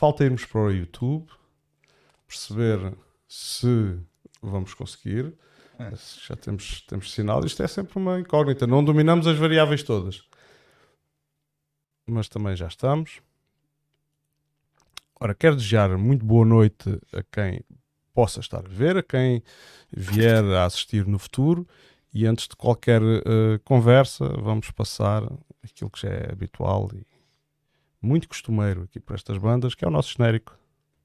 falta irmos para o YouTube, perceber se vamos conseguir. Já temos sinal. Isto é sempre uma incógnita. Não dominamos as variáveis todas. Mas também já estamos. Ora, quero desejar muito boa noite a quem possa estar a ver, a quem vier a assistir no futuro. E antes de qualquer conversa, vamos passar aquilo que já é habitual e muito costumeiro aqui para estas bandas, que é o nosso genérico.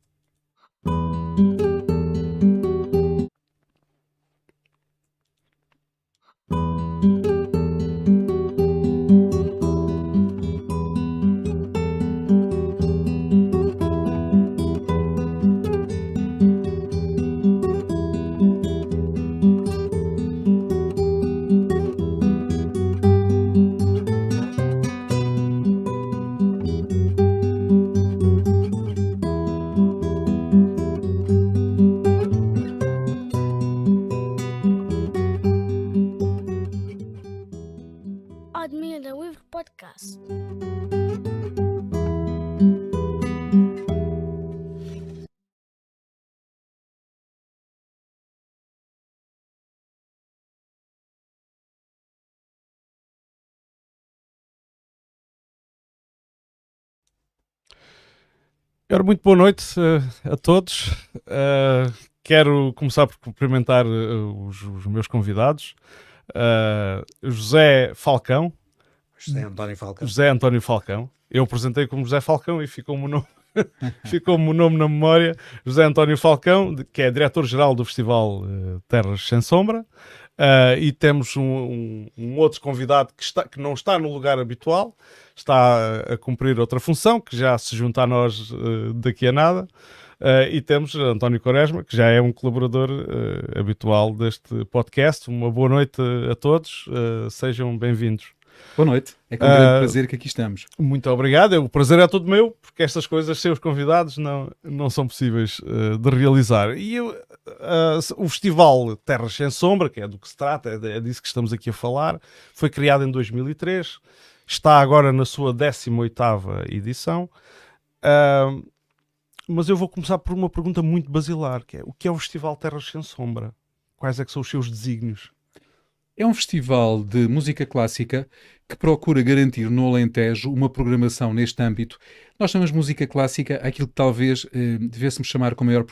Admira o Livro Podcast. Ora, muito boa noite a todos. Quero começar por cumprimentar os meus convidados. José Falcão. José António Falcão. José António Falcão. Eu apresentei como José Falcão e ficou-me o nome, ficou-me o nome na memória. José António Falcão, que é diretor-geral do Festival Terras Sem Sombra. E temos um outro convidado que não está no lugar habitual, está a cumprir outra função, que já se junta a nós daqui a nada. E temos António Quaresma, que já é um colaborador habitual deste podcast. Uma boa noite a todos, sejam bem-vindos. Boa noite, é com grande prazer que aqui estamos. Muito obrigado, o prazer é todo meu, porque estas coisas sem os convidados não são possíveis de realizar. E o Festival Terras Sem Sombra, que é do que se trata, é disso que estamos aqui a falar, foi criado em 2003, está agora na sua 18ª edição, mas eu vou começar por uma pergunta muito basilar, que é: o que é o Festival Terras Sem Sombra? Quais é que são os seus desígnios? É um festival de música clássica que procura garantir no Alentejo uma programação neste âmbito. Nós chamamos música clássica aquilo que talvez devêssemos chamar com maior,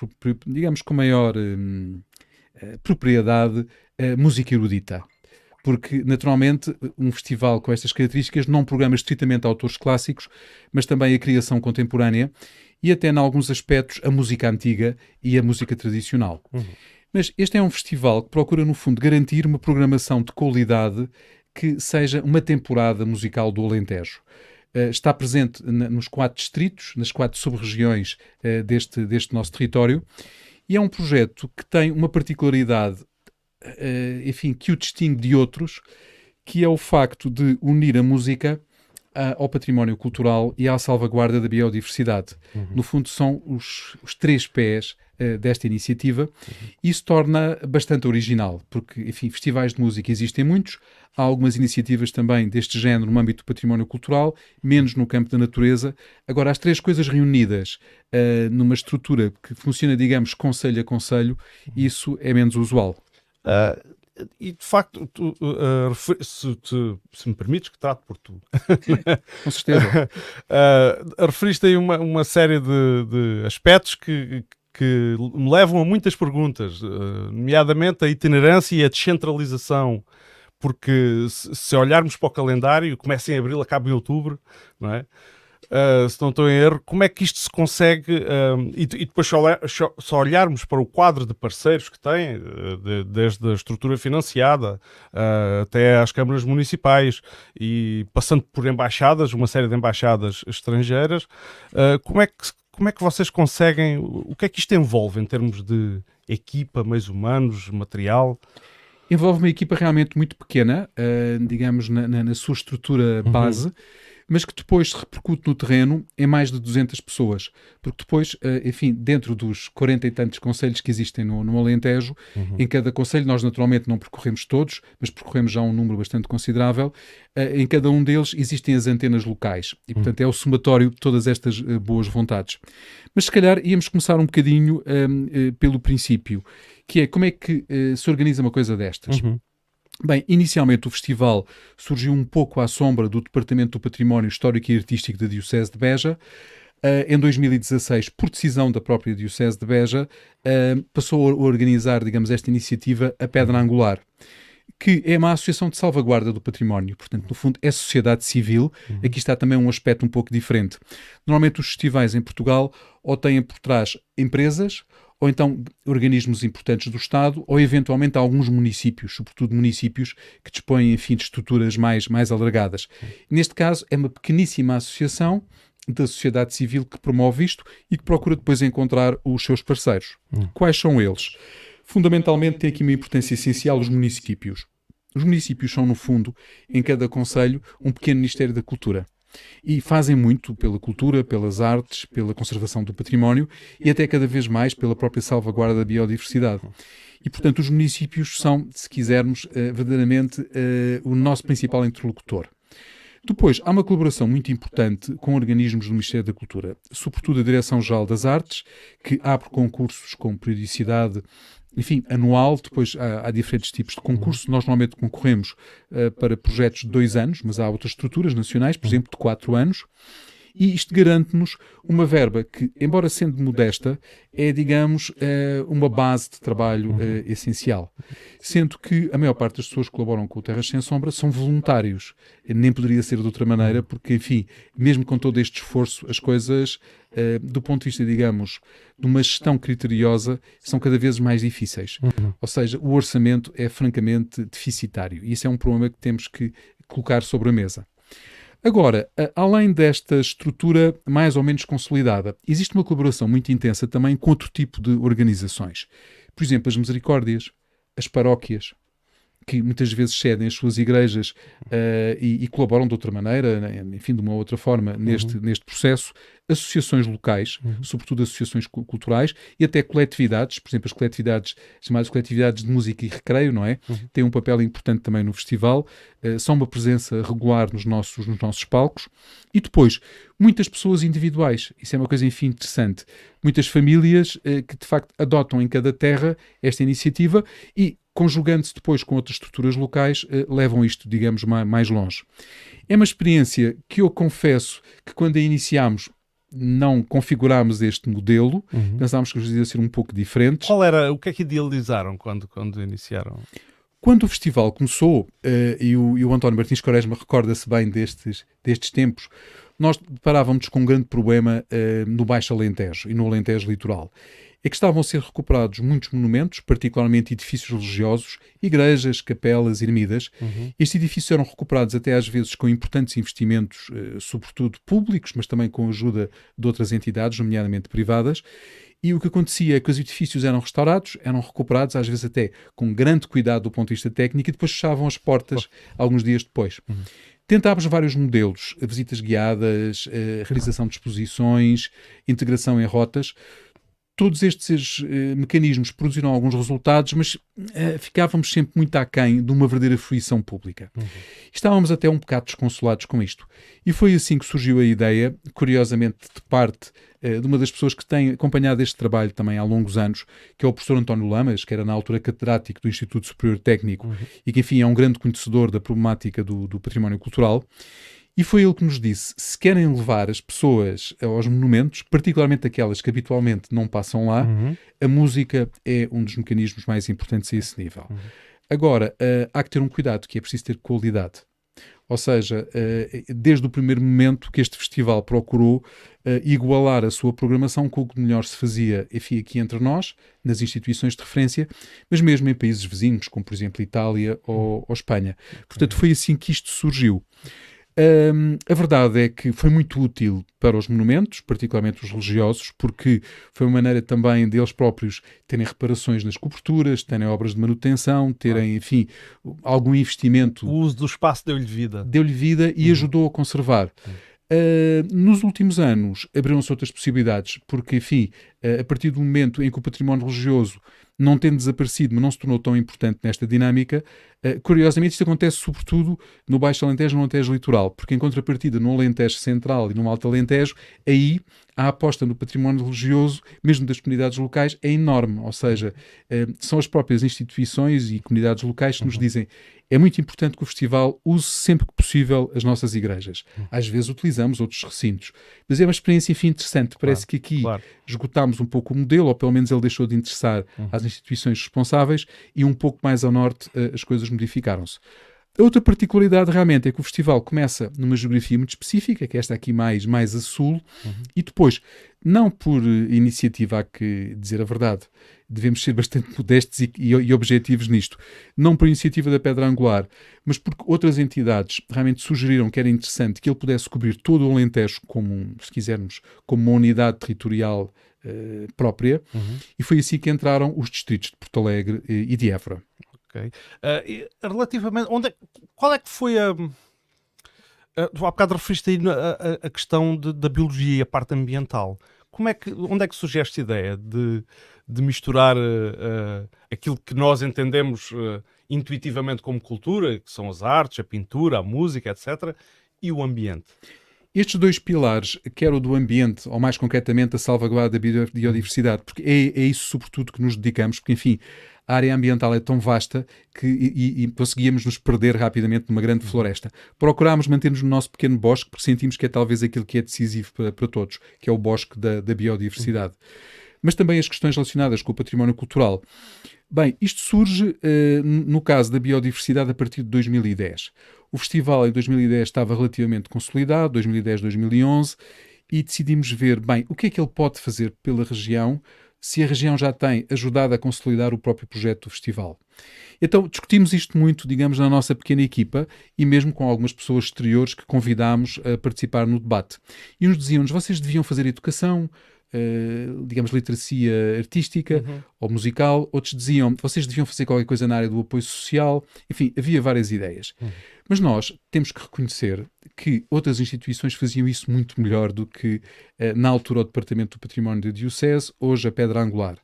propriedade música erudita. Porque, naturalmente, um festival com estas características não programa estritamente autores clássicos, mas também a criação contemporânea e até, em alguns aspectos, a música antiga e a música tradicional. Mas este é um festival que procura, no fundo, garantir uma programação de qualidade que seja uma temporada musical do Alentejo. Está presente nos 4 distritos, nas 4 sub-regiões deste nosso território, e é um projeto que tem uma particularidade, enfim, que o distingue de outros, que é o facto de unir a música ao património cultural e à salvaguarda da biodiversidade. No fundo, são os 3 pés desta iniciativa. Isso torna bastante original, porque, enfim, festivais de música existem muitos, há algumas iniciativas também deste género no âmbito do património cultural, menos no campo da natureza. Agora, as 3 coisas reunidas numa estrutura que funciona, digamos, concelho a concelho, isso é menos usual. E de facto, se me permites que trate por tu. Com certeza. Referiste aí uma série de aspectos que me levam a muitas perguntas, nomeadamente a itinerância e a descentralização, porque se olharmos para o calendário, começa em abril, acaba em outubro, não é? Se não estou em erro, como é que isto se consegue, e depois só olharmos para o quadro de parceiros que tem, desde a estrutura financiada até às câmaras municipais e passando por embaixadas, uma série de embaixadas estrangeiras, como é que vocês conseguem, o que é que isto envolve em termos de equipa, meios humanos, material? Envolve uma equipa realmente muito pequena, digamos, na sua estrutura base, mas que depois se repercute no terreno em mais de 200 pessoas. Porque depois, enfim, dentro dos 40 e tantos concelhos que existem no Alentejo, em cada concelho, nós naturalmente não percorremos todos, mas percorremos já um número bastante considerável. Em cada um deles existem as antenas locais. E, portanto, é o somatório de todas estas boas vontades. Mas, se calhar, íamos começar um bocadinho pelo princípio, que é como é que se organiza uma coisa destas. Bem, inicialmente o festival surgiu um pouco à sombra do Departamento do Património Histórico e Artístico da Diocese de Beja. Em 2016, por decisão da própria Diocese de Beja, passou a organizar, digamos, esta iniciativa a Pedra Angular, que é uma associação de salvaguarda do património. Portanto, no fundo, é sociedade civil. Aqui está também um aspecto um pouco diferente. Normalmente os festivais em Portugal ou têm por trás empresas, ou então organismos importantes do Estado, ou eventualmente alguns municípios, sobretudo municípios que dispõem, enfim, de estruturas mais alargadas. Neste caso, é uma pequeníssima associação da sociedade civil que promove isto e que procura depois encontrar os seus parceiros. Quais são eles? Fundamentalmente tem aqui uma importância essencial os municípios. Os municípios são, no fundo, em cada concelho, um pequeno Ministério da Cultura. E fazem muito pela cultura, pelas artes, pela conservação do património e até cada vez mais pela própria salvaguarda da biodiversidade. E, portanto, os municípios são, se quisermos, verdadeiramente o nosso principal interlocutor. Depois, há uma colaboração muito importante com organismos do Ministério da Cultura, sobretudo a Direção-Geral das Artes, que abre concursos com periodicidade, enfim, anual. Depois há diferentes tipos de concursos. Nós normalmente concorremos para projetos de 2 anos, mas há outras estruturas nacionais, por exemplo, de 4 anos. E isto garante-nos uma verba que, embora sendo modesta, é, digamos, uma base de trabalho essencial. Sendo que a maior parte das pessoas que colaboram com o Terras Sem Sombra são voluntários. Nem poderia ser de outra maneira, porque, enfim, mesmo com todo este esforço, as coisas, do ponto de vista, digamos, de uma gestão criteriosa, são cada vez mais difíceis. Ou seja, o orçamento é francamente deficitário. E isso é um problema que temos que colocar sobre a mesa. Agora, além desta estrutura mais ou menos consolidada, existe uma colaboração muito intensa também com outro tipo de organizações. Por exemplo, as misericórdias, as paróquias, que muitas vezes cedem as suas igrejas e colaboram de outra maneira, enfim, de uma outra forma neste processo, associações locais, sobretudo associações culturais e até coletividades, por exemplo, as coletividades chamadas coletividades de música e recreio, não é? Têm um papel importante também no festival, são uma presença regular nos nossos palcos. E depois, muitas pessoas individuais, isso é uma coisa, enfim, interessante. Muitas famílias que, de facto, adotam em cada terra esta iniciativa e, conjugando-se depois com outras estruturas locais, levam isto, digamos, mais longe. É uma experiência que eu confesso que quando a iniciámos não configurámos este modelo, pensámos que os ia ser um pouco diferentes. O que é que idealizaram quando iniciaram? Quando o festival começou, e o António Martins Quaresma recorda-se bem destes tempos, nós deparávamos com um grande problema no Baixo Alentejo e no Alentejo litoral. É que estavam a ser recuperados muitos monumentos, particularmente edifícios religiosos, igrejas, capelas, ermidas. Estes edifícios eram recuperados até às vezes com importantes investimentos, sobretudo públicos, mas também com a ajuda de outras entidades, nomeadamente privadas. E o que acontecia é que os edifícios eram restaurados, eram recuperados, às vezes até com grande cuidado do ponto de vista técnico, e depois fechavam as portas alguns dias depois. Tentámos vários modelos, visitas guiadas, realização de exposições, integração em rotas. Todos estes mecanismos produziram alguns resultados, mas ficávamos sempre muito aquém de uma verdadeira fruição pública. Estávamos até um bocado desconsolados com isto. E foi assim que surgiu a ideia, curiosamente de parte de uma das pessoas que tem acompanhado este trabalho também há longos anos, que é o professor António Lamas, que era na altura catedrático do Instituto Superior Técnico e que, enfim, é um grande conhecedor da problemática do património cultural. E foi ele que nos disse, se querem levar as pessoas aos monumentos, particularmente aquelas que habitualmente não passam lá, a música é um dos mecanismos mais importantes a esse nível. Agora, há que ter um cuidado, que é preciso ter qualidade. Ou seja, desde o primeiro momento que este festival procurou igualar a sua programação com o que melhor se fazia, enfim, aqui entre nós, nas instituições de referência, mas mesmo em países vizinhos, como por exemplo Itália ou Espanha. Portanto, foi assim que isto surgiu. A verdade é que foi muito útil para os monumentos, particularmente os religiosos, porque foi uma maneira também deles próprios terem reparações nas coberturas, terem obras de manutenção, terem, enfim, algum investimento. O uso do espaço deu-lhe vida. Deu-lhe vida e ajudou a conservar. Nos últimos anos abriram-se outras possibilidades, porque, enfim, a partir do momento em que o património religioso, não tendo desaparecido, mas não se tornou tão importante nesta dinâmica, curiosamente isto acontece sobretudo no Baixo Alentejo e no Alentejo Litoral, porque em contrapartida no Alentejo Central e no Alto Alentejo, aí a aposta no património religioso, mesmo das comunidades locais, é enorme, ou seja, são as próprias instituições e comunidades locais que nos dizem: é muito importante que o festival use sempre que possível as nossas igrejas. Às vezes utilizamos outros recintos, mas é uma experiência, enfim, interessante. Parece que aqui esgotámos um pouco o modelo, ou pelo menos ele deixou de interessar às instituições responsáveis, e um pouco mais ao norte as coisas modificaram-se. A outra particularidade realmente é que o festival começa numa geografia muito específica, que é esta aqui mais a sul, e depois, não por iniciativa, há que dizer a verdade, devemos ser bastante modestos e objetivos nisto, não por iniciativa da Pedra Angular, mas porque outras entidades realmente sugeriram que era interessante que ele pudesse cobrir todo o Alentejo como, se quisermos, como uma unidade territorial própria, e foi assim que entraram os distritos de Porto Alegre e de Évora. Okay. Relativamente, qual é que foi a... há bocado referiste aí a questão da biologia e a parte ambiental. Onde é que surge esta ideia de misturar aquilo que nós entendemos intuitivamente como cultura, que são as artes, a pintura, a música, etc., e o ambiente? Estes dois pilares, quer o do ambiente, ou mais concretamente a salvaguarda da biodiversidade, porque é isso sobretudo que nos dedicamos, porque, enfim, a área ambiental é tão vasta que e conseguíamos nos perder rapidamente numa grande floresta. Procurámos manter-nos no nosso pequeno bosque, porque sentimos que é talvez aquilo que é decisivo para todos, que é o bosque da biodiversidade. Mas também as questões relacionadas com o património cultural. Bem, isto surge, no caso da biodiversidade, a partir de 2010. O festival em 2010 estava relativamente consolidado, 2010, 2011, e decidimos ver, bem, o que é que ele pode fazer pela região, se a região já tem ajudado a consolidar o próprio projeto do festival. Então discutimos isto muito, digamos, na nossa pequena equipa e mesmo com algumas pessoas exteriores que convidámos a participar no debate. E uns diziam-nos: vocês deviam fazer educação, digamos, literacia artística ou musical. Outros diziam: vocês deviam fazer qualquer coisa na área do apoio social. Enfim, havia várias ideias. Mas nós temos que reconhecer que outras instituições faziam isso muito melhor do que, na altura, o Departamento do Património da Diocese, hoje a Pedra Angular.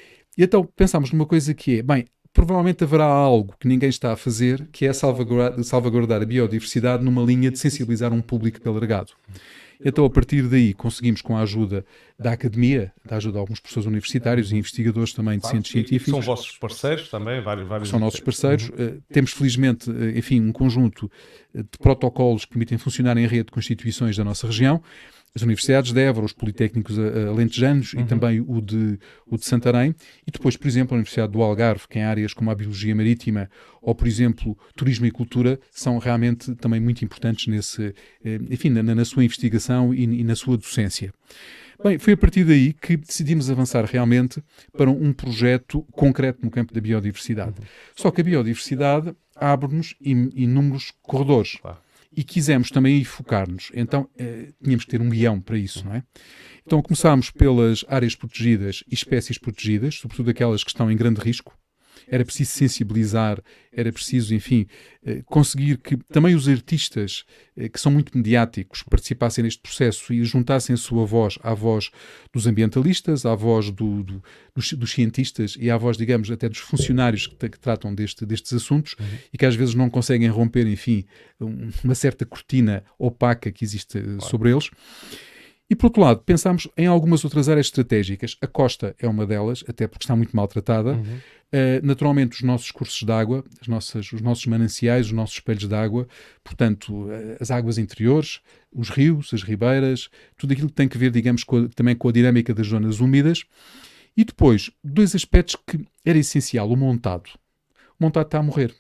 E então pensámos numa coisa que é, bem, provavelmente haverá algo que ninguém está a fazer, que é salvaguardar a biodiversidade numa linha de sensibilizar um público alargado. Então, a partir daí, conseguimos, com a ajuda da academia, da ajuda de alguns professores universitários e investigadores também de centros científicos. São vossos parceiros também, vários. São nossos parceiros. Temos, felizmente, enfim, um conjunto de protocolos que permitem funcionar em rede com instituições da nossa região. As universidades de Évora, os politécnicos alentejanos e também o de Santarém. E depois, por exemplo, a Universidade do Algarve, que em áreas como a biologia marítima ou, por exemplo, turismo e cultura, são realmente também muito importantes enfim, na sua investigação e na sua docência. Bem, foi a partir daí que decidimos avançar realmente para um projeto concreto no campo da biodiversidade. Só que a biodiversidade abre-nos inúmeros corredores. E quisemos também aí focar-nos. Então, tínhamos que ter um guião para isso, não é? Então, começámos pelas áreas protegidas e espécies protegidas, sobretudo aquelas que estão em grande risco. Era preciso sensibilizar, era preciso, enfim, conseguir que também os artistas, que são muito mediáticos, participassem neste processo e juntassem a sua voz à voz dos ambientalistas, à voz dos cientistas e à voz, digamos, até dos funcionários que tratam destes assuntos e que às vezes não conseguem romper, enfim, uma certa cortina opaca que existe sobre eles. E, por outro lado, pensámos em algumas outras áreas estratégicas. A costa é uma delas, até porque está muito maltratada. Naturalmente, os nossos cursos de água, os nossos mananciais, os nossos espelhos de água, portanto, as águas interiores, os rios, as ribeiras, tudo aquilo que tem que ver, digamos, também com a dinâmica das zonas úmidas. E depois, dois aspectos que era essencial. O montado. O montado está a morrer.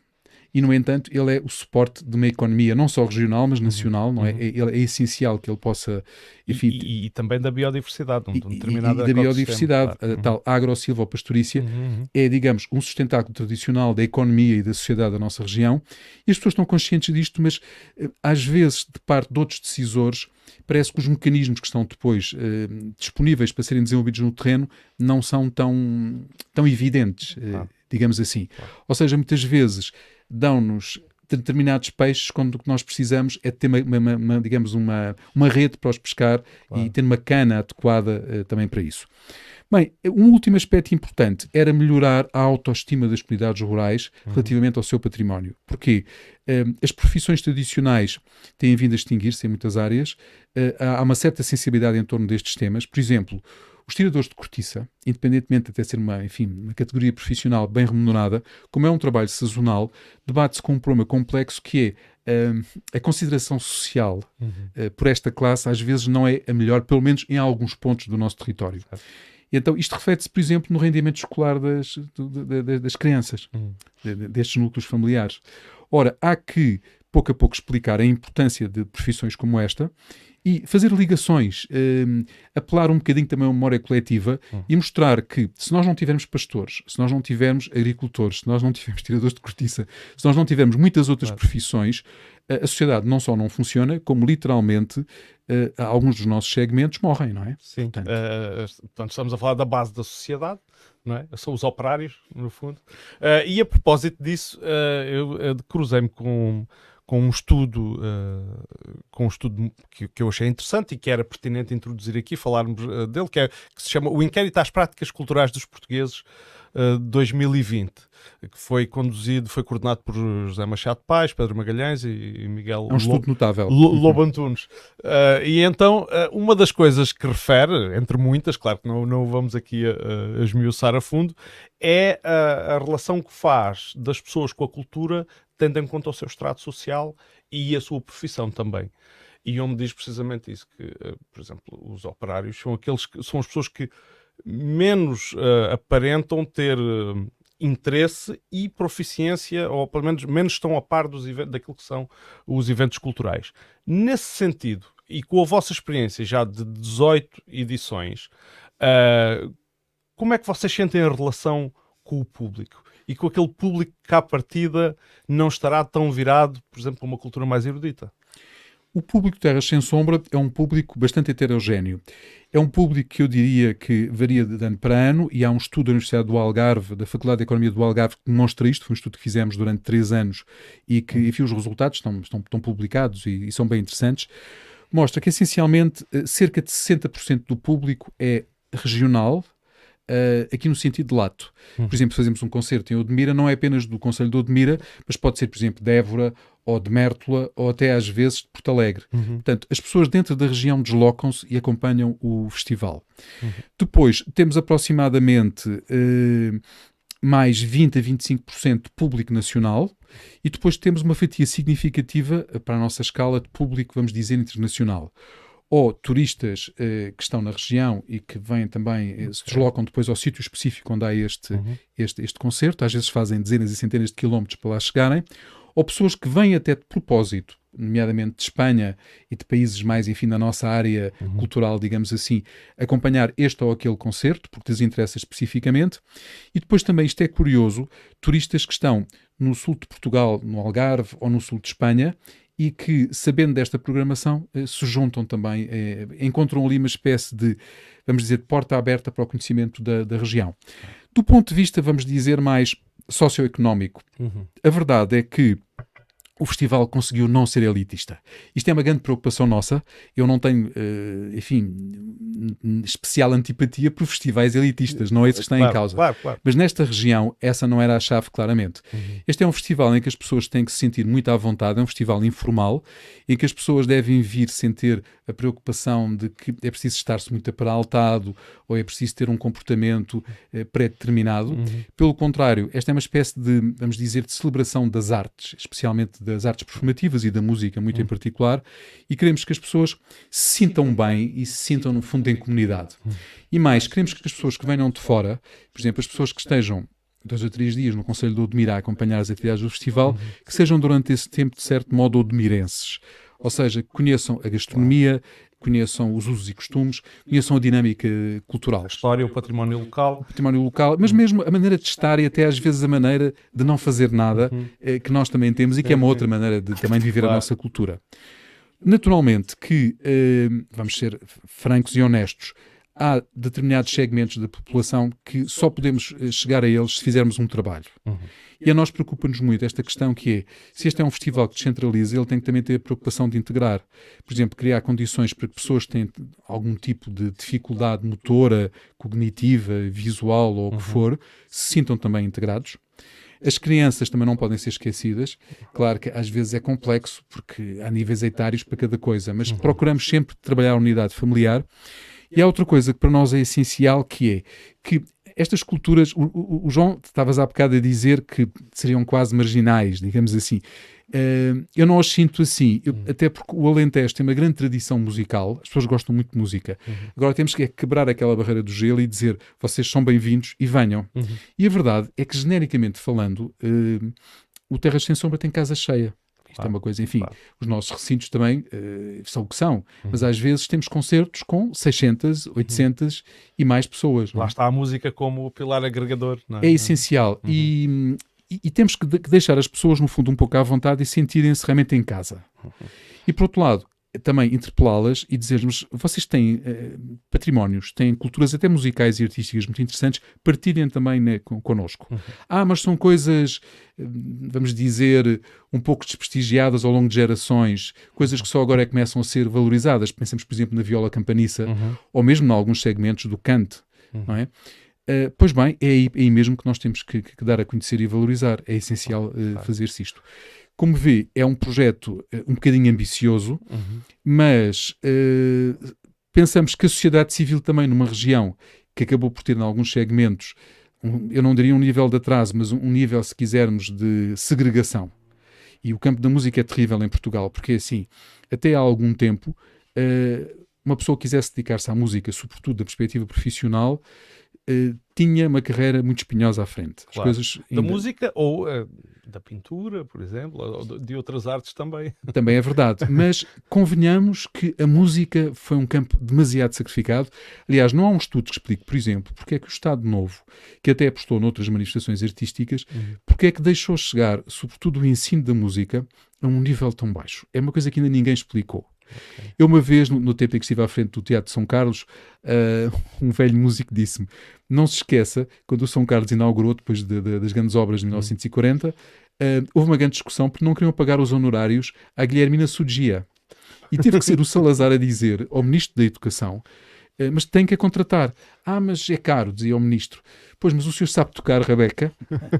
e, no entanto, ele é o suporte de uma economia não só regional, mas nacional, não é? É essencial que ele possa, enfim... E também da biodiversidade, de um determinado e da biodiversidade, claro. a tal agro-silvopastorícia, é, digamos, um sustentáculo tradicional da economia e da sociedade da nossa região, e as pessoas estão conscientes disto, mas às vezes, de parte de outros decisores, parece que os mecanismos que estão depois disponíveis para serem desenvolvidos no terreno não são tão evidentes, digamos assim. Claro. Ou seja, muitas vezes dão-nos determinados peixes quando o que nós precisamos é ter digamos, uma rede para os pescar e ter uma cana adequada também para isso. Bem, um último aspecto importante era melhorar a autoestima das comunidades rurais relativamente ao seu património. Porquê? As profissões tradicionais têm vindo a extinguir-se em muitas áreas, há uma certa sensibilidade em torno destes temas. Por exemplo, os tiradores de cortiça, independentemente de até ser uma categoria profissional bem remunerada, como é um trabalho sazonal, debate-se com um problema complexo que é a consideração social por esta classe às vezes não é a melhor, pelo menos em alguns pontos do nosso território. E então isto reflete-se, por exemplo, no rendimento escolar das crianças, destes núcleos familiares. Ora, há que, pouco a pouco, explicar a importância de profissões como esta e fazer ligações, apelar um bocadinho também à memória coletiva e mostrar que se nós não tivermos pastores, se nós não tivermos agricultores, se nós não tivermos tiradores de cortiça, se nós não tivermos muitas outras profissões, a sociedade não só não funciona, como literalmente alguns dos nossos segmentos morrem, não é? Sim. Portanto, estamos a falar da base da sociedade, não é? São os operários, no fundo. E a propósito disso, eu cruzei-me com um estudo que eu achei interessante e que era pertinente introduzir aqui, falarmos dele, que se chama O Inquérito às Práticas Culturais dos Portugueses de 2020, que foi coordenado por José Machado Paes, Pedro Magalhães e Miguel É um estudo notável. Lobo Antunes. E então, uma das coisas que refere, entre muitas, claro que não vamos aqui a esmiuçar a fundo, é a relação que faz das pessoas com a cultura, tendo em conta o seu extrato social e a sua profissão também. E onde diz precisamente isso, que, por exemplo, os operários são as pessoas que menos aparentam ter interesse e proficiência, ou pelo menos estão a par daquilo que são os eventos culturais. Nesse sentido, e com a vossa experiência já de 18 edições, como é que vocês sentem a relação com o público? E com aquele público que, à partida, não estará tão virado, por exemplo, a uma cultura mais erudita? O público de Terras Sem Sombra é um público bastante heterogéneo. É um público que eu diria que varia de ano para ano, e há um estudo da Universidade do Algarve, da Faculdade de Economia do Algarve, que demonstra isto. Foi um estudo que fizemos durante 3 anos e que, enfim, os resultados estão publicados e são bem interessantes. Mostra que, essencialmente, cerca de 60% do público é regional, aqui no sentido de lato. Por exemplo, fazemos um concerto em Odmira, não é apenas do Concelho de Odmira, mas pode ser, por exemplo, de Évora, ou de Mértola, ou até às vezes de Porto Alegre. Portanto, as pessoas dentro da região deslocam-se e acompanham o festival. Depois, temos aproximadamente mais 20 a 25% de público nacional, e depois temos uma fatia significativa para a nossa escala de público, vamos dizer, internacional. Ou turistas que estão na região e que vêm também, se deslocam depois ao sítio específico onde há este concerto, às vezes fazem dezenas e centenas de quilómetros para lá chegarem, ou pessoas que vêm até de propósito, nomeadamente de Espanha e de países mais, enfim, da nossa área cultural, digamos assim, acompanhar este ou aquele concerto, porque lhes interessa especificamente. E depois também, isto é curioso, turistas que estão no sul de Portugal, no Algarve, ou no sul de Espanha, e que, sabendo desta programação, se juntam também, encontram ali uma espécie de, vamos dizer, porta aberta para o conhecimento da região. Do ponto de vista, vamos dizer, mais socioeconómico, a verdade é que o festival conseguiu não ser elitista. Isto é uma grande preocupação nossa. Eu não tenho, enfim, especial antipatia por festivais elitistas, não é isso que está em causa. Claro. Mas nesta região, essa não era a chave, claramente. Este é um festival em que as pessoas têm que se sentir muito à vontade, é um festival informal, em que as pessoas devem vir sem ter a preocupação de que é preciso estar-se muito aparaltado ou é preciso ter um comportamento pré-determinado. Pelo contrário, esta é uma espécie de, vamos dizer, de celebração das artes, especialmente das artes performativas e da música, muito em particular, e queremos que as pessoas se sintam bem e se sintam, no fundo, em comunidade. E mais, queremos que as pessoas que venham de fora, por exemplo, as pessoas que estejam 2 ou 3 dias no Conselho de Odmira a acompanhar as atividades do festival, que sejam durante esse tempo, de certo modo, odmirenses. Ou seja, que conheçam a gastronomia, conheçam os usos e costumes, conheçam a dinâmica cultural. A história, o património local. Mas mesmo a maneira de estar e até às vezes a maneira de não fazer nada, que nós também temos e que é uma outra maneira de também viver a nossa cultura. Naturalmente que, vamos ser francos e honestos, há determinados segmentos da população que só podemos chegar a eles se fizermos um trabalho. E a nós preocupa-nos muito esta questão que é, se este é um festival que descentraliza, ele tem que também ter a preocupação de integrar. Por exemplo, criar condições para que pessoas que têm algum tipo de dificuldade motora, cognitiva, visual ou o que for, se sintam também integrados. As crianças também não podem ser esquecidas. Claro que às vezes é complexo, porque há níveis etários para cada coisa, mas procuramos sempre trabalhar a unidade familiar. E há outra coisa que para nós é essencial, que é que estas culturas, o João, estavas há bocado a dizer que seriam quase marginais, digamos assim. Eu não as sinto assim, até porque o Alentejo tem uma grande tradição musical, as pessoas gostam muito de música. Agora temos que quebrar aquela barreira do gelo e dizer, vocês são bem-vindos e venham. E a verdade é que, genericamente falando, o Terras Sem Sombra tem casa cheia. Isto é uma coisa, enfim, os nossos recintos também são o que são, mas às vezes temos concertos com 600, 800 e mais pessoas. Lá está a música como o pilar agregador. Não é? É essencial e temos que deixar as pessoas, no fundo, um pouco à vontade e sentirem-se realmente em casa. E, por outro lado, também interpelá-las e dizer-nos, vocês têm patrimónios, têm culturas até musicais e artísticas muito interessantes, partilhem também, né, connosco. Mas são coisas, vamos dizer, um pouco desprestigiadas ao longo de gerações, coisas que só agora é que começam a ser valorizadas. Pensemos, por exemplo, na viola campaniça, ou mesmo em alguns segmentos do cante, não é? Pois bem, é aí mesmo que nós temos que dar a conhecer e valorizar. É essencial fazer-se isto. Como vê, é um projeto um bocadinho ambicioso, mas pensamos que a sociedade civil também, numa região que acabou por ter em alguns segmentos, eu não diria um nível de atraso, mas um nível, se quisermos, de segregação. E o campo da música é terrível em Portugal, porque assim, até há algum tempo, uma pessoa que quisesse dedicar-se à música, sobretudo da perspectiva profissional, tinha uma carreira muito espinhosa à frente. As coisas da música ou da pintura, por exemplo, ou de outras artes também. Também é verdade, mas convenhamos que a música foi um campo demasiado sacrificado. Aliás, não há um estudo que explique, por exemplo, porque é que o Estado Novo, que até apostou noutras manifestações artísticas, porque é que deixou chegar, sobretudo o ensino da música, a um nível tão baixo. É uma coisa que ainda ninguém explicou. Eu uma vez, no tempo em que estive à frente do Teatro de São Carlos, um velho músico disse-me, não se esqueça, quando o São Carlos inaugurou, depois das grandes obras de 1940, houve uma grande discussão porque não queriam pagar os honorários à Guilhermina Sugia. E teve que ser o Salazar a dizer ao Ministro da Educação, mas tem que a contratar. Mas é caro, dizia o Ministro. Pois, mas o senhor sabe tocar, Rebeca?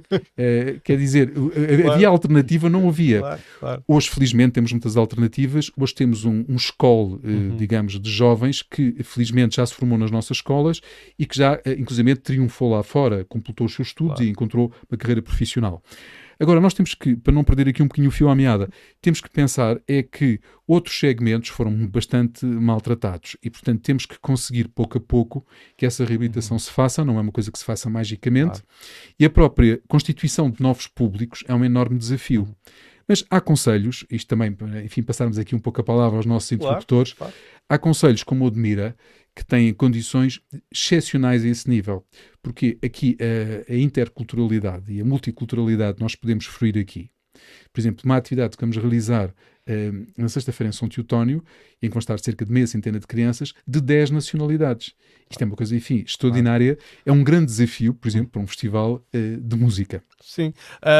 Quer dizer, havia alternativa, não havia. Claro. Hoje, felizmente, temos muitas alternativas. Hoje temos um escola, digamos, de jovens que, felizmente, já se formou nas nossas escolas e que já, inclusive, triunfou lá fora, completou os seus estudos e encontrou uma carreira profissional. Agora, nós temos que, para não perder aqui um bocadinho o fio à meada, temos que pensar é que outros segmentos foram bastante maltratados e, portanto, temos que conseguir pouco a pouco que essa reabilitação se faça, não é uma coisa que se faça magicamente, e a própria constituição de novos públicos é um enorme desafio. Mas há conselhos, isto também, enfim, passarmos aqui um pouco a palavra aos nossos interlocutores, há conselhos como o Odmira, que têm condições excepcionais a esse nível, porque aqui a interculturalidade e a multiculturalidade nós podemos fruir aqui. Por exemplo, uma atividade que vamos realizar na sexta-feira em São Teotónio, em que vão estar cerca de meia centena de crianças, de 10 nacionalidades. Isto é uma coisa, enfim, extraordinária. É um grande desafio, por exemplo, para um festival de música. Sim.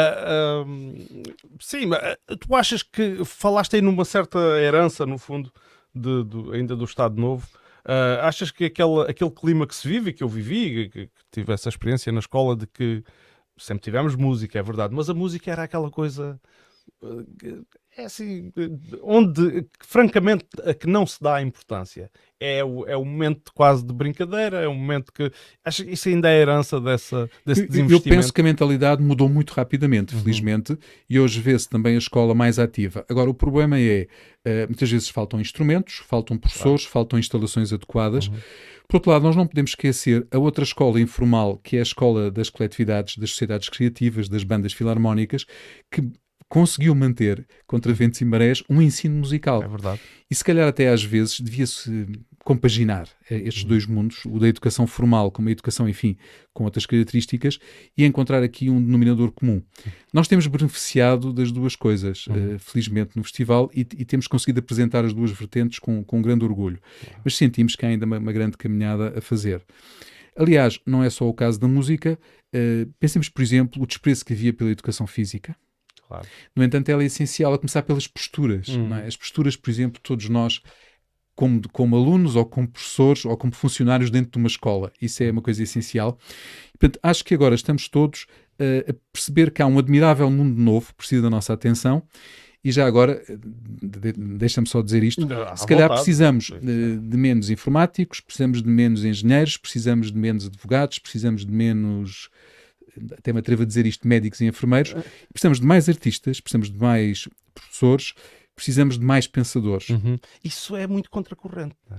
Sim, mas tu achas que falaste aí numa certa herança, no fundo, ainda do Estado Novo? Achas que aquele clima que se vive, que eu vivi, que tive essa experiência na escola de que sempre tivemos música, é verdade, mas a música era aquela coisa, é assim, onde francamente a que não se dá a importância. É o momento quase de brincadeira, é um momento que... Acho que isso ainda é herança desse desinvestimento. Eu penso que a mentalidade mudou muito rapidamente, felizmente, e hoje vê-se também a escola mais ativa. Agora, o problema é, muitas vezes faltam instrumentos, faltam professores, faltam instalações adequadas. Por outro lado, nós não podemos esquecer a outra escola informal, que é a escola das coletividades, das sociedades criativas, das bandas filarmónicas, que conseguiu manter, contra ventos e marés, um ensino musical. É verdade. E se calhar até às vezes devia-se compaginar estes dois mundos, o da educação formal com a educação, enfim, com outras características, e encontrar aqui um denominador comum. Nós temos beneficiado das duas coisas, felizmente, no festival, e temos conseguido apresentar as duas vertentes com grande orgulho. Mas sentimos que há ainda uma grande caminhada a fazer. Aliás, não é só o caso da música. Pensemos, por exemplo, o desprezo que havia pela educação física. Claro. No entanto, ela é essencial, a começar pelas posturas. Não é? As posturas, por exemplo, todos nós, como alunos, ou como professores, ou como funcionários dentro de uma escola. Isso é uma coisa essencial. Portanto, acho que agora estamos todos a perceber que há um admirável mundo novo que precisa da nossa atenção. E já agora, deixa-me só dizer isto, se calhar precisamos de menos informáticos, precisamos de menos engenheiros, precisamos de menos advogados, precisamos de menos... até me atrevo a dizer isto, médicos e enfermeiros, precisamos de mais artistas, precisamos de mais professores, precisamos de mais pensadores. Isso é muito contracorrente, não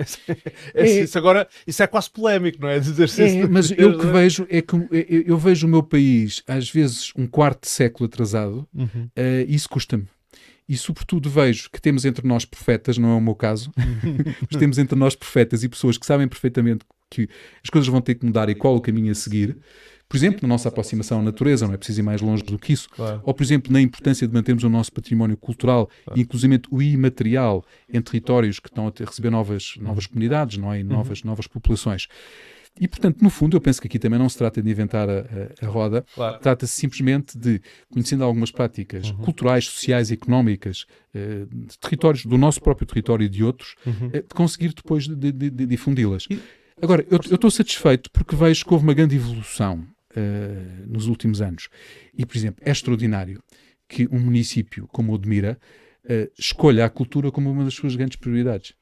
é? Isso é quase polémico, não é? Dizer-se mas eu que vejo é que eu vejo o meu país, às vezes, um quarto de século atrasado, e isso custa-me. E, sobretudo, vejo que temos entre nós profetas, não é o meu caso, mas temos entre nós profetas e pessoas que sabem perfeitamente que as coisas vão ter que mudar e qual o caminho a seguir. Por exemplo, na nossa aproximação à natureza, não é preciso ir mais longe do que isso. Claro. Ou, por exemplo, na importância de mantermos o nosso património cultural, e inclusive o imaterial em territórios que estão a receber novas comunidades, não é? E novas populações. E, portanto, no fundo, eu penso que aqui também não se trata de inventar a roda, trata-se simplesmente de, conhecendo algumas práticas culturais, sociais e económicas de territórios, do nosso próprio território e de outros, de conseguir depois de difundi-las. Agora, eu estou satisfeito porque vejo que houve uma grande evolução nos últimos anos. E, por exemplo, é extraordinário que um município como Odmira escolha a cultura como uma das suas grandes prioridades.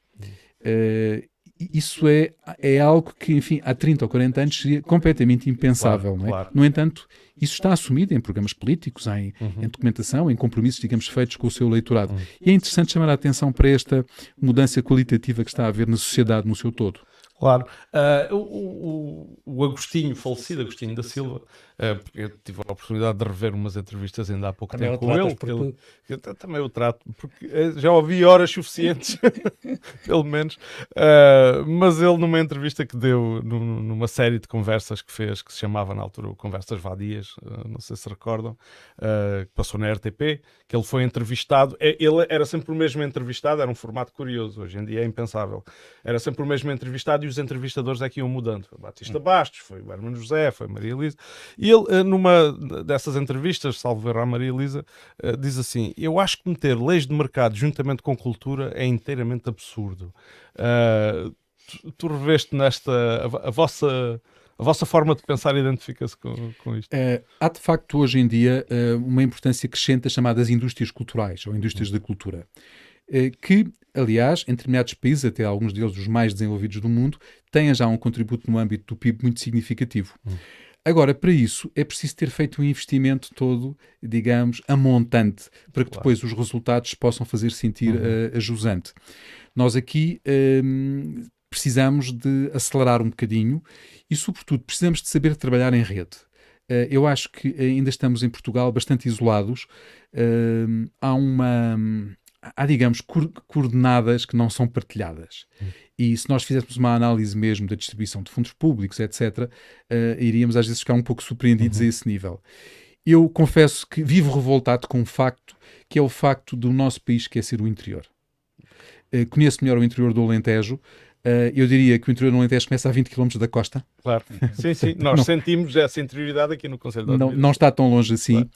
Isso é algo que, enfim, há 30 ou 40 anos seria completamente impensável. Não é? Claro. No entanto, isso está assumido em programas políticos, em documentação, em compromissos, digamos, feitos com o seu eleitorado. E é interessante chamar a atenção para esta mudança qualitativa que está a haver na sociedade no seu todo. Claro. O Agostinho, falecido Agostinho da Silva, porque eu tive a oportunidade de rever umas entrevistas ainda há pouco Também tempo com ele. eu Também eu trato, porque já ouvi horas suficientes, pelo menos. Mas ele, numa entrevista que deu, numa série de conversas que fez, que se chamava na altura Conversas Vadias, não sei se recordam, que passou na RTP, que ele foi entrevistado. Ele era sempre o mesmo entrevistado, era um formato curioso, hoje em dia é impensável. Era sempre o mesmo entrevistado e os entrevistadores é que iam mudando. Foi Batista Bastos, foi o Hermano José, foi Maria Elisa. E ele, numa dessas entrevistas, salvo erro à Maria Elisa, diz assim: eu acho que meter leis de mercado juntamente com cultura é inteiramente absurdo. Tu reveste nesta... A vossa forma de pensar identifica-se com isto? Há, de facto, hoje em dia, uma importância crescente das chamadas indústrias culturais, ou indústrias da cultura, que, aliás, em determinados países, até alguns deles os mais desenvolvidos do mundo, têm já um contributo no âmbito do PIB muito significativo. Agora, para isso, é preciso ter feito um investimento todo, digamos, a montante, para que depois os resultados possam fazer sentir a jusante. Nós aqui precisamos de acelerar um bocadinho e, sobretudo, precisamos de saber trabalhar em rede. Eu acho que ainda estamos em Portugal bastante isolados. Há, digamos, coordenadas que não são partilhadas. E se nós fizéssemos uma análise mesmo da distribuição de fundos públicos, etc., iríamos às vezes ficar um pouco surpreendidos a esse nível. Eu confesso que vivo revoltado com um facto, que é o facto do nosso país esquecer o interior. Conheço melhor o interior do Alentejo. Eu diria que o interior do Alentejo começa a 20 km da costa. Claro, sim. Nós sentimos essa interioridade aqui no Conselho de Odmira. Não está tão longe assim. Claro.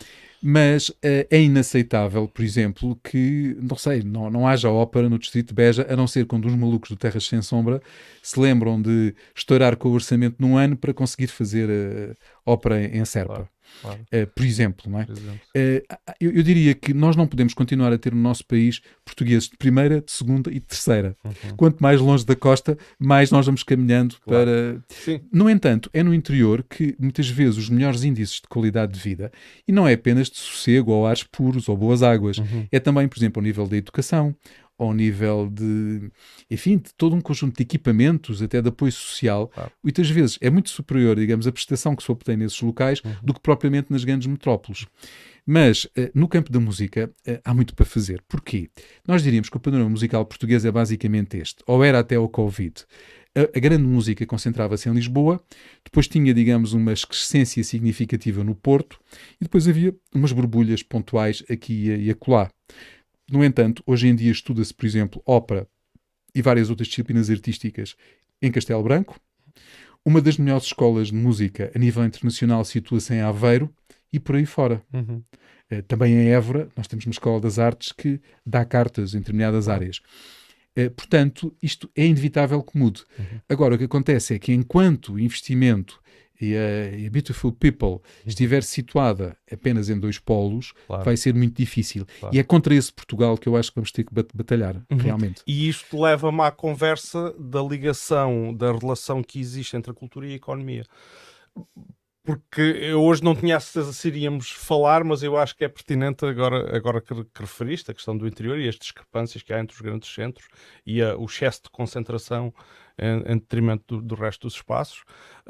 Mas é inaceitável, por exemplo, que, não sei, não haja ópera no Distrito de Beja, a não ser quando os malucos do Terras Sem Sombra se lembram de estourar com o orçamento num ano para conseguir fazer ópera em Serpa. Claro. Por exemplo, não é? Por exemplo. Eu diria que nós não podemos continuar a ter no nosso país portugueses de primeira, de segunda e de terceira. Quanto mais longe da costa, mais nós vamos caminhando para... Sim. No entanto, é no interior que muitas vezes os melhores índices de qualidade de vida, e não é apenas de sossego ou ares puros ou boas águas, é também, por exemplo, ao nível da educação, ao nível de, enfim, de todo um conjunto de equipamentos, até de apoio social. Muitas vezes é muito superior, digamos, a prestação que se obtém nesses locais do que propriamente nas grandes metrópoles. Mas, no campo da música, há muito para fazer. Porquê? Nós diríamos que o panorama musical português é basicamente este, ou era até o Covid. A grande música concentrava-se em Lisboa, depois tinha, digamos, uma excrescência significativa no Porto, e depois havia umas borbulhas pontuais aqui e acolá. No entanto, hoje em dia estuda-se, por exemplo, ópera e várias outras disciplinas artísticas em Castelo Branco. Uma das melhores escolas de música a nível internacional situa-se em Aveiro e por aí fora. Também em Évora, nós temos uma escola das artes que dá cartas em determinadas áreas. Portanto, isto é inevitável que mude. Agora, o que acontece é que enquanto o investimento e a Beautiful People estiver situada apenas em dois polos, vai ser muito difícil. E é contra esse Portugal que eu acho que vamos ter que batalhar, realmente. E isto leva-me à conversa da ligação, da relação que existe entre a cultura e a economia. Porque eu hoje não tinha a certeza se iríamos falar, mas eu acho que é pertinente agora que referiste a questão do interior e as discrepâncias que há entre os grandes centros e o excesso de concentração em detrimento do resto dos espaços.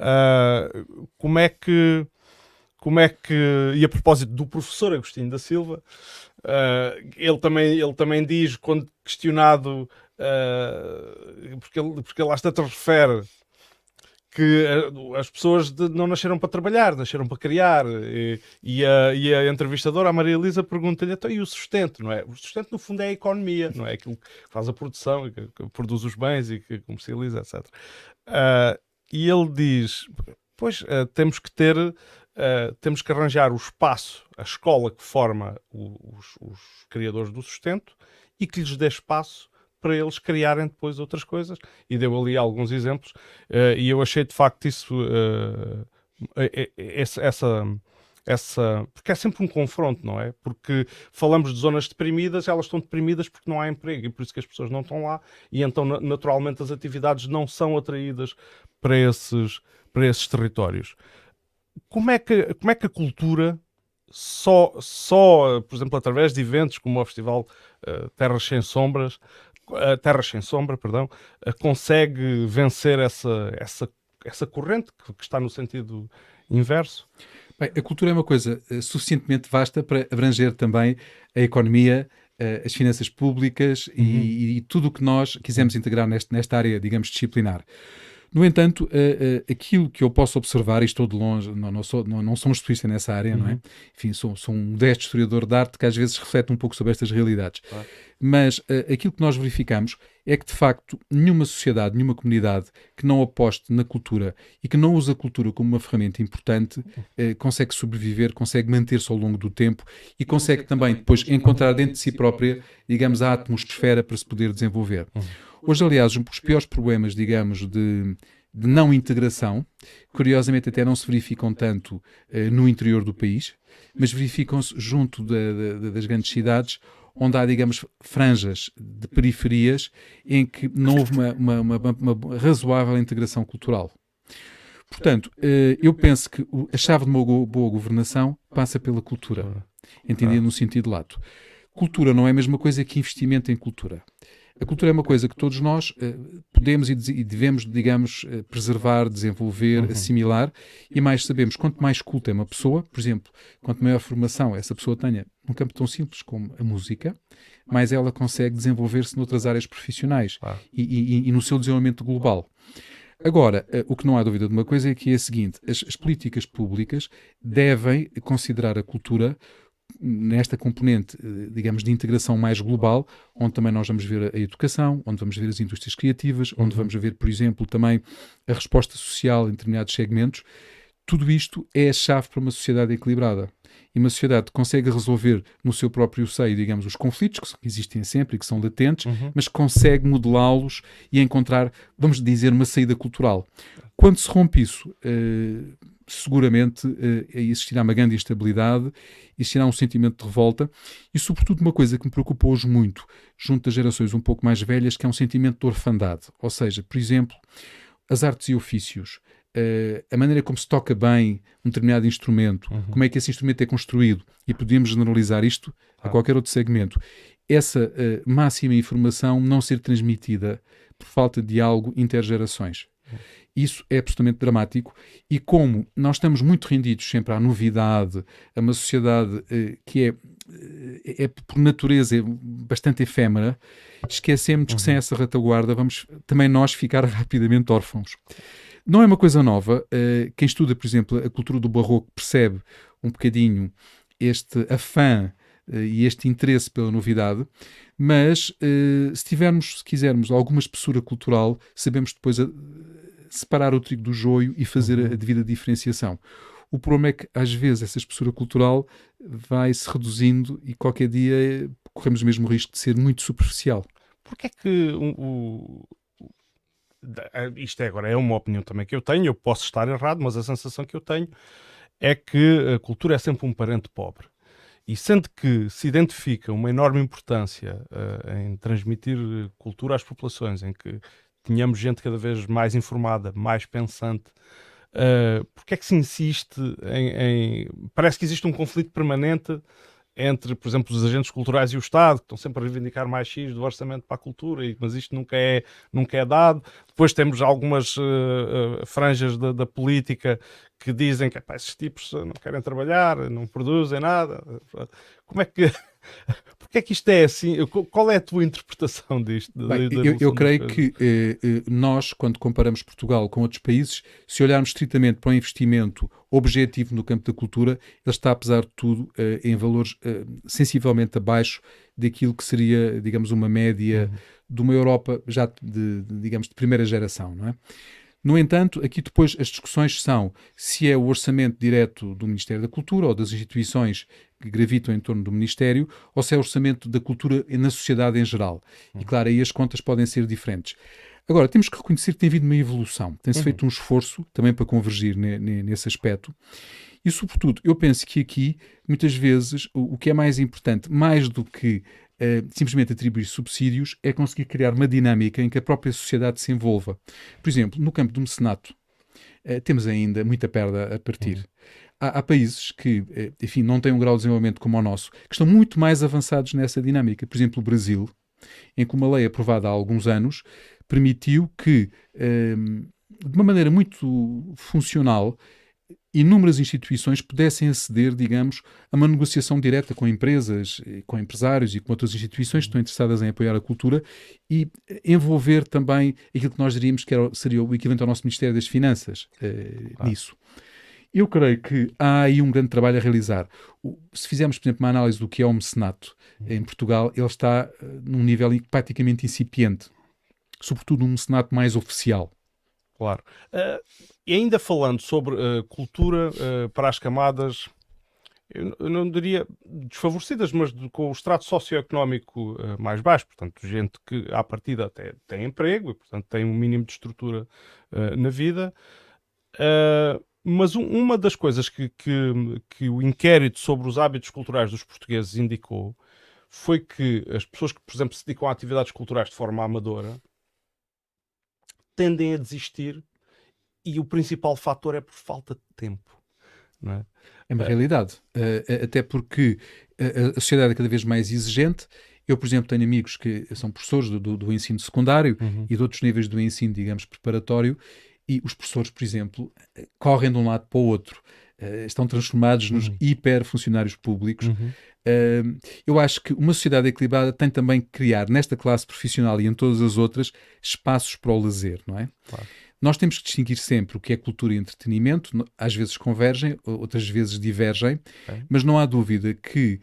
Como é que... E a propósito do professor Agostinho da Silva, ele também diz, quando questionado, porque ele às tantas refere que as pessoas não nasceram para trabalhar, nasceram para criar. E a entrevistadora, a Maria Elisa, pergunta-lhe, então, e o sustento, não é? O sustento, no fundo, é a economia, não é? Aquilo que faz a produção, que produz os bens e que comercializa, etc. E ele diz, pois, temos que arranjar o espaço, a escola que forma os criadores do sustento e que lhes dê espaço para eles criarem depois outras coisas, e deu ali alguns exemplos, e eu achei de facto isso, porque é sempre um confronto, não é? Porque falamos de zonas deprimidas, elas estão deprimidas porque não há emprego, e por isso que as pessoas não estão lá, e então naturalmente as atividades não são atraídas para esses territórios. Como é que a cultura, só por exemplo, através de eventos como o Festival Terras Sem Sombra, consegue vencer essa corrente que está no sentido inverso? Bem, a cultura é uma coisa suficientemente vasta para abranger também a economia, as finanças públicas e tudo o que nós quisermos integrar nesta área, digamos, disciplinar. No entanto, aquilo que eu posso observar, e estou de longe, não sou um especialista nessa área, não é? Enfim, sou um modesto historiador de arte que às vezes reflete um pouco sobre estas realidades. Claro. Mas aquilo que nós verificamos é que, de facto, nenhuma sociedade, nenhuma comunidade que não aposte na cultura e que não use a cultura como uma ferramenta importante consegue sobreviver, consegue manter-se ao longo do tempo e consegue também depois encontrar dentro de si própria, digamos, a atmosfera para se poder desenvolver. Hoje, aliás, um dos piores problemas, digamos, de não integração, curiosamente até não se verificam tanto no interior do país, mas verificam-se junto das grandes cidades, onde há, digamos, franjas de periferias em que não houve uma razoável integração cultural. Portanto, eu penso que a chave de uma boa governação passa pela cultura, entendida no sentido lato. Cultura não é a mesma coisa que investimento em cultura. A cultura é uma coisa que todos nós podemos e devemos, digamos, preservar, desenvolver, assimilar, e mais sabemos, quanto mais culta é uma pessoa, por exemplo, quanto maior formação essa pessoa tenha num campo tão simples como a música, mais ela consegue desenvolver-se noutras áreas profissionais e no seu desenvolvimento global. Agora, o que não há dúvida de uma coisa é que é a seguinte, as políticas públicas devem considerar a cultura nesta componente, digamos, de integração mais global, onde também nós vamos ver a educação, onde vamos ver as indústrias criativas, onde vamos ver, por exemplo, também a resposta social em determinados segmentos. Tudo isto é a chave para uma sociedade equilibrada. E uma sociedade que consegue resolver no seu próprio seio, digamos, os conflitos que existem sempre e que são latentes, mas consegue modelá-los e encontrar, vamos dizer, uma saída cultural. Quando se rompe isso, seguramente existirá uma grande instabilidade, existirá um sentimento de revolta e, sobretudo, uma coisa que me preocupa hoje muito, junto das gerações um pouco mais velhas, que é um sentimento de orfandade. Ou seja, por exemplo, as artes e ofícios, a maneira como se toca bem um determinado instrumento, como é que esse instrumento é construído, e podemos generalizar isto a qualquer outro segmento. Essa máxima informação não ser transmitida por falta de diálogo intergerações. Isso é absolutamente dramático e como nós estamos muito rendidos sempre à novidade, a uma sociedade que é por natureza bastante efêmera, esquecemos que sem essa retaguarda vamos também nós ficar rapidamente órfãos. Não é uma coisa nova. Quem estuda, por exemplo, a cultura do barroco percebe um bocadinho este afã e este interesse pela novidade, mas se quisermos alguma espessura cultural, sabemos depois separar o trigo do joio e fazer a devida diferenciação. O problema é que, às vezes, essa espessura cultural vai-se reduzindo e qualquer dia corremos o mesmo risco de ser muito superficial. Porque é que isto agora é uma opinião também que eu tenho, eu posso estar errado, mas a sensação que eu tenho é que a cultura é sempre um parente pobre. E sendo que se identifica uma enorme importância em transmitir cultura às populações, em que tenhamos gente cada vez mais informada, mais pensante, porque é que se insiste Parece que existe um conflito permanente entre, por exemplo, os agentes culturais e o Estado, que estão sempre a reivindicar mais X do orçamento para a cultura, mas isto nunca é dado. Depois temos algumas franjas da política que dizem que esses tipos não querem trabalhar, não produzem nada. Como é que... Porque é que isto é assim? Qual é a tua interpretação disto? Bem, eu creio que nós, quando comparamos Portugal com outros países, se olharmos estritamente para o investimento objetivo no campo da cultura, ele está, apesar de tudo, em valores sensivelmente abaixo daquilo que seria, digamos, uma média de uma Europa já digamos, de primeira geração, não é? No entanto, aqui depois as discussões são se é o orçamento direto do Ministério da Cultura ou das instituições que gravitam em torno do Ministério, ou se é o orçamento da cultura na sociedade em geral. E claro, aí as contas podem ser diferentes. Agora, temos que reconhecer que tem havido uma evolução. Tem-se feito um esforço também para convergir nesse aspecto. E, sobretudo, eu penso que aqui, muitas vezes, o que é mais importante, mais do que simplesmente atribuir subsídios, é conseguir criar uma dinâmica em que a própria sociedade se envolva. Por exemplo, no campo do mecenato, temos ainda muita perda a partir. Há países que, enfim, não têm um grau de desenvolvimento como o nosso, que estão muito mais avançados nessa dinâmica. Por exemplo, o Brasil, em que uma lei aprovada há alguns anos permitiu que, de uma maneira muito funcional, inúmeras instituições pudessem aceder, digamos, a uma negociação direta com empresas, com empresários e com outras instituições que estão interessadas em apoiar a cultura e envolver também aquilo que nós diríamos que seria o equivalente ao nosso Ministério das Finanças nisso. Eu creio que há aí um grande trabalho a realizar. Se fizermos, por exemplo, uma análise do que é o mecenato em Portugal, ele está num nível praticamente incipiente, sobretudo um mecenato mais oficial. Claro. E ainda falando sobre cultura para as camadas, eu não diria desfavorecidas, mas com o extrato socioeconómico mais baixo, portanto, gente que à partida até tem emprego e, portanto, tem um mínimo de estrutura na vida. Mas uma das coisas que o inquérito sobre os hábitos culturais dos portugueses indicou foi que as pessoas que, por exemplo, se dedicam a atividades culturais de forma amadora tendem a desistir e o principal fator é por falta de tempo. Não é? É uma realidade. Até porque a sociedade é cada vez mais exigente. Eu, por exemplo, tenho amigos que são professores do ensino secundário e de outros níveis do ensino, digamos, preparatório, e os professores, por exemplo, correm de um lado para o outro. Estão transformados nos hiperfuncionários públicos. Eu acho que uma sociedade equilibrada tem também que criar, nesta classe profissional e em todas as outras, espaços para o lazer, não é? Claro. Nós temos que distinguir sempre o que é cultura e entretenimento. Às vezes convergem, outras vezes divergem, mas não há dúvida que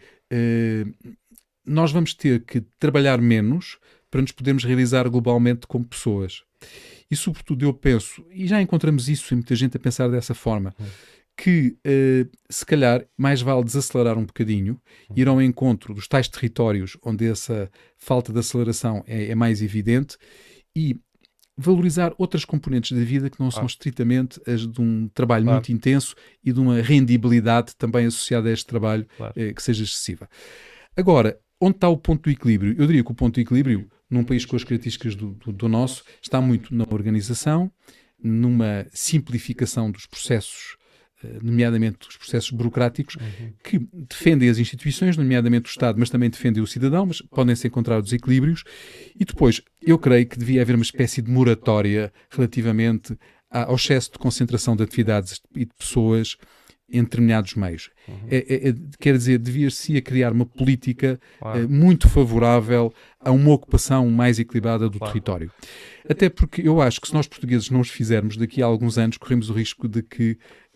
nós vamos ter que trabalhar menos para nos podermos realizar globalmente como pessoas. E sobretudo eu penso, e já encontramos isso e muita gente a pensar dessa forma, que se calhar mais vale desacelerar um bocadinho, ir ao encontro dos tais territórios onde essa falta de aceleração é mais evidente e valorizar outras componentes da vida que não são estritamente as de um trabalho muito intenso e de uma rendibilidade também associada a este trabalho que seja excessiva. Agora, onde está o ponto do equilíbrio? Eu diria que o ponto do equilíbrio, num país com as características do nosso, está muito na organização, numa simplificação dos processos, nomeadamente os processos burocráticos, que defendem as instituições, nomeadamente o Estado, mas também defendem o cidadão, mas podem-se encontrar desequilíbrios. E depois, eu creio que devia haver uma espécie de moratória relativamente ao excesso de concentração de atividades e de pessoas em determinados meios. Quer dizer, devia-se criar uma política muito favorável a uma ocupação mais equilibrada do território. Até porque eu acho que se nós portugueses não os fizermos, daqui a alguns anos corremos o risco de que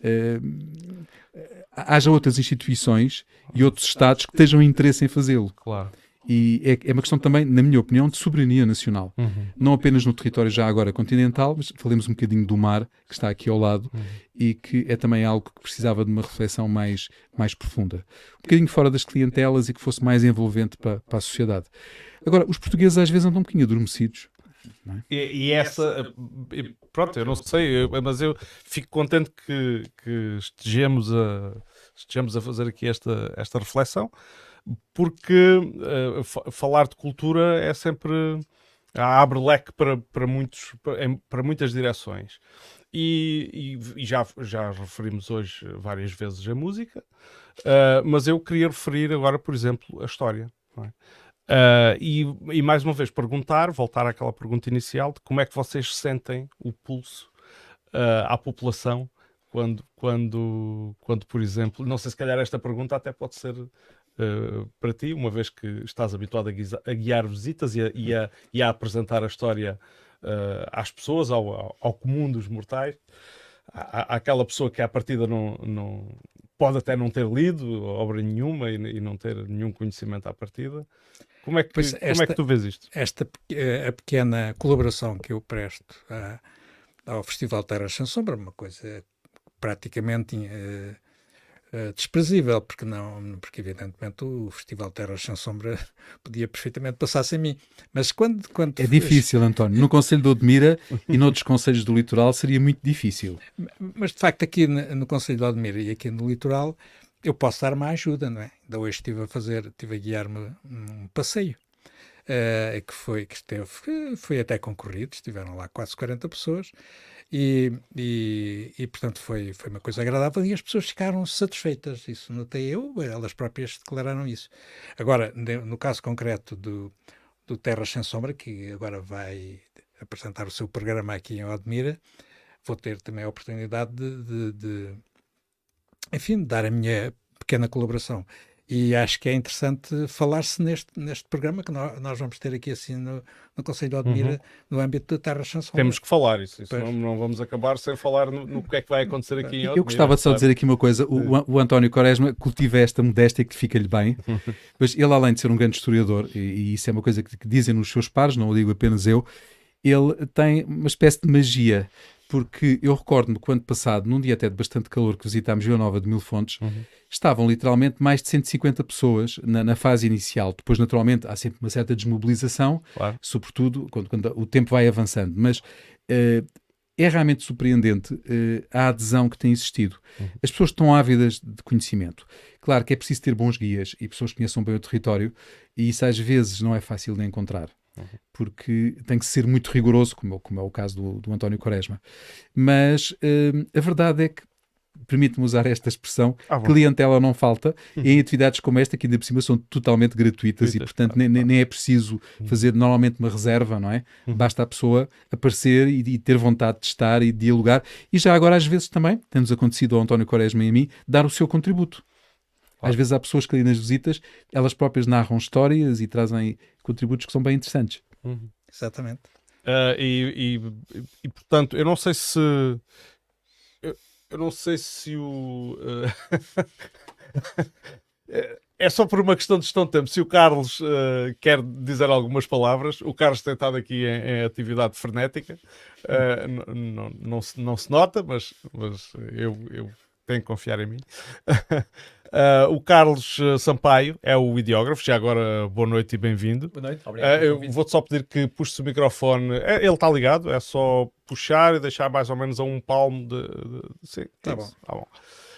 haja outras instituições e outros Estados que estejam interesse em fazê-lo. Claro. E é uma questão também, na minha opinião, de soberania nacional. Não apenas no território já agora continental, mas falemos um bocadinho do mar, que está aqui ao lado, e que é também algo que precisava de uma reflexão mais profunda. Um bocadinho fora das clientelas e que fosse mais envolvente para a sociedade. Agora, os portugueses às vezes andam um bocadinho adormecidos. Não é? E essa, pronto, eu não sei, mas eu fico contente que estejamos a fazer aqui esta reflexão, porque falar de cultura é sempre abre leque para muitas direções. E já referimos hoje várias vezes a música, mas eu queria referir agora, por exemplo, a história. Não é? E mais uma vez voltar àquela pergunta inicial de como é que vocês sentem o pulso à população quando, por exemplo, não sei, se calhar esta pergunta até pode ser para ti, uma vez que estás habituado a guiar visitas e a apresentar a história às pessoas, ao comum dos mortais, àquela pessoa que à partida não pode até não ter lido obra nenhuma e não ter nenhum conhecimento à partida. Como é que tu vês isto? A pequena colaboração que eu presto ao Festival Terra Sem Sombra, uma coisa praticamente desprezível, porque evidentemente o Festival Terra Sem Sombra podia perfeitamente passar sem mim. Mas quando é difícil, António. No Conselho de Odmira e noutros conselhos do litoral seria muito difícil. Mas de facto aqui no Conselho de Odmira e aqui no litoral eu posso dar uma ajuda, não é? Ainda hoje estive a guiar-me um passeio que foi até concorrido, estiveram lá quase 40 pessoas e portanto foi uma coisa agradável e as pessoas ficaram satisfeitas, isso notei eu, elas próprias declararam isso. Agora, no caso concreto do Terra Sem Sombra, que agora vai apresentar o seu programa aqui em Odmira, vou ter também a oportunidade enfim, de dar a minha pequena colaboração. E acho que é interessante falar-se neste programa que nós vamos ter aqui assim no Conselho de Odmira, no âmbito da Terra Sem Sombra. Temos que falar isso não vamos acabar sem falar no que é que vai acontecer aqui em Odmira. Eu gostava de só dizer aqui uma coisa, o António Quaresma cultiva esta modéstia que fica-lhe bem, mas ele, além de ser um grande historiador, e isso é uma coisa que dizem nos seus pares, não o digo apenas eu, ele tem uma espécie de magia, porque eu recordo-me que o ano passado, num dia até de bastante calor, que visitámos Vila Nova de Mil Fontes, estavam literalmente mais de 150 pessoas na fase inicial. Depois, naturalmente, há sempre uma certa desmobilização, sobretudo quando o tempo vai avançando. Mas é realmente surpreendente a adesão que tem existido. As pessoas estão ávidas de conhecimento. Claro que é preciso ter bons guias e pessoas que conheçam bem o território, e isso às vezes não é fácil de encontrar. Porque tem que ser muito rigoroso, como é o caso do António Quaresma. Mas a verdade é que, permite-me usar esta expressão, clientela não falta, e em atividades como esta, que ainda por cima são totalmente gratuitas e, portanto, nem é preciso fazer normalmente uma reserva, não é? Basta a pessoa aparecer e ter vontade de estar e de dialogar. E já agora, às vezes também, tem-nos acontecido ao António Quaresma e a mim, dar o seu contributo. Às vezes há pessoas que ali nas visitas, elas próprias narram histórias e trazem contributos que são bem interessantes. Exatamente. E portanto, eu não sei se o É só por uma questão de gestão de tempo. Se o Carlos quer dizer algumas palavras, o Carlos tem estado aqui em atividade frenética. Não se nota, mas eu tenho que confiar em mim. O Carlos Sampaio é o ideógrafo. Já agora, boa noite e bem-vindo. Boa noite, obrigado. Eu vou-te só pedir que puxes o microfone. Ele está ligado, é só puxar e deixar mais ou menos a um palmo de... Sim, Tá isso. bom. Tá bom.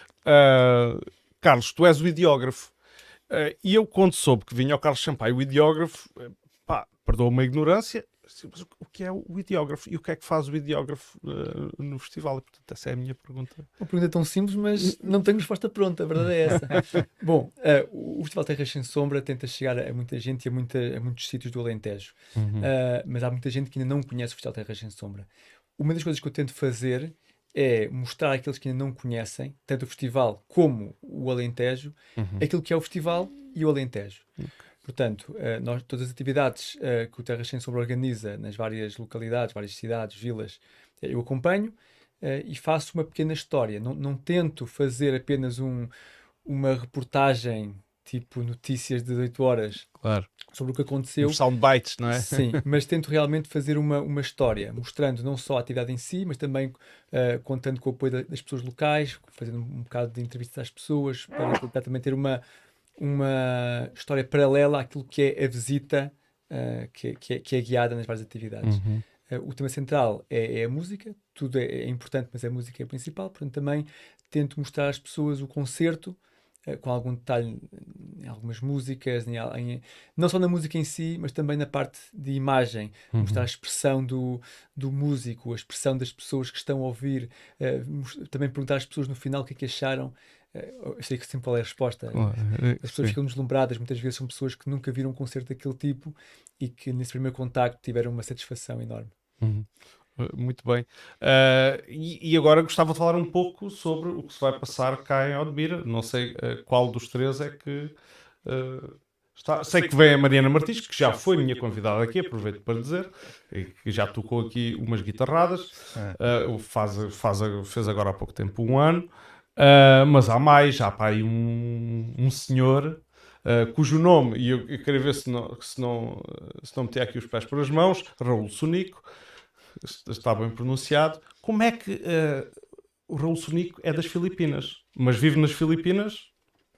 Carlos, tu és o ideógrafo. E eu, quando soube que vinha o Carlos Sampaio, o ideógrafo, perdoa-me a ignorância, mas o que é o ideógrafo? E o que é que faz o ideógrafo no festival? E, portanto, essa é a minha pergunta. Uma pergunta tão simples, mas não tenho resposta pronta, a verdade é essa. Bom, o Festival Terras Sem Sombra tenta chegar a muita gente e a muitos sítios do Alentejo. Mas há muita gente que ainda não conhece o Festival Terras Sem Sombra. Uma das coisas que eu tento fazer é mostrar àqueles que ainda não conhecem, tanto o festival como o Alentejo, aquilo que é o festival e o Alentejo. Portanto, todas as atividades que o Terras Sem Sombra organiza nas várias localidades, várias cidades, vilas, eu acompanho e faço uma pequena história. Não tento fazer apenas uma reportagem tipo notícias de 8 horas Claro. sobre o que aconteceu. Os soundbites, não é? Sim, mas tento realmente fazer uma história, mostrando não só a atividade em si, mas também contando com o apoio das pessoas locais, fazendo um bocado de entrevistas às pessoas, para tentar também ter uma história paralela àquilo que é a visita que é guiada nas várias atividades. O tema central é a música, tudo é importante, mas a música é a principal, portanto também tento mostrar às pessoas o concerto, com algum detalhe em algumas músicas, não só na música em si, mas também na parte de imagem, mostrar a expressão do músico, a expressão das pessoas que estão a ouvir, também perguntar às pessoas no final o que é que acharam. Eu sei que sempre qual é a resposta. As pessoas ficam deslumbradas, muitas vezes são pessoas que nunca viram um concerto daquele tipo e que nesse primeiro contacto tiveram uma satisfação enorme. Muito bem. E agora gostava de falar um pouco sobre o que se vai passar cá em Odmira. Não sei qual dos três é que está. Sei que vem a Mariana Martins, que já foi minha convidada aqui, aproveito para dizer, e que já tocou aqui umas guitarradas. Fez agora há pouco tempo 1 ano. Mas há mais, há para aí um senhor cujo nome, e eu queria ver se não meter aqui os pés por as mãos, Raul Sonico, está bem pronunciado. Como é que o Raul Sonico é das Filipinas, mas vive nas Filipinas?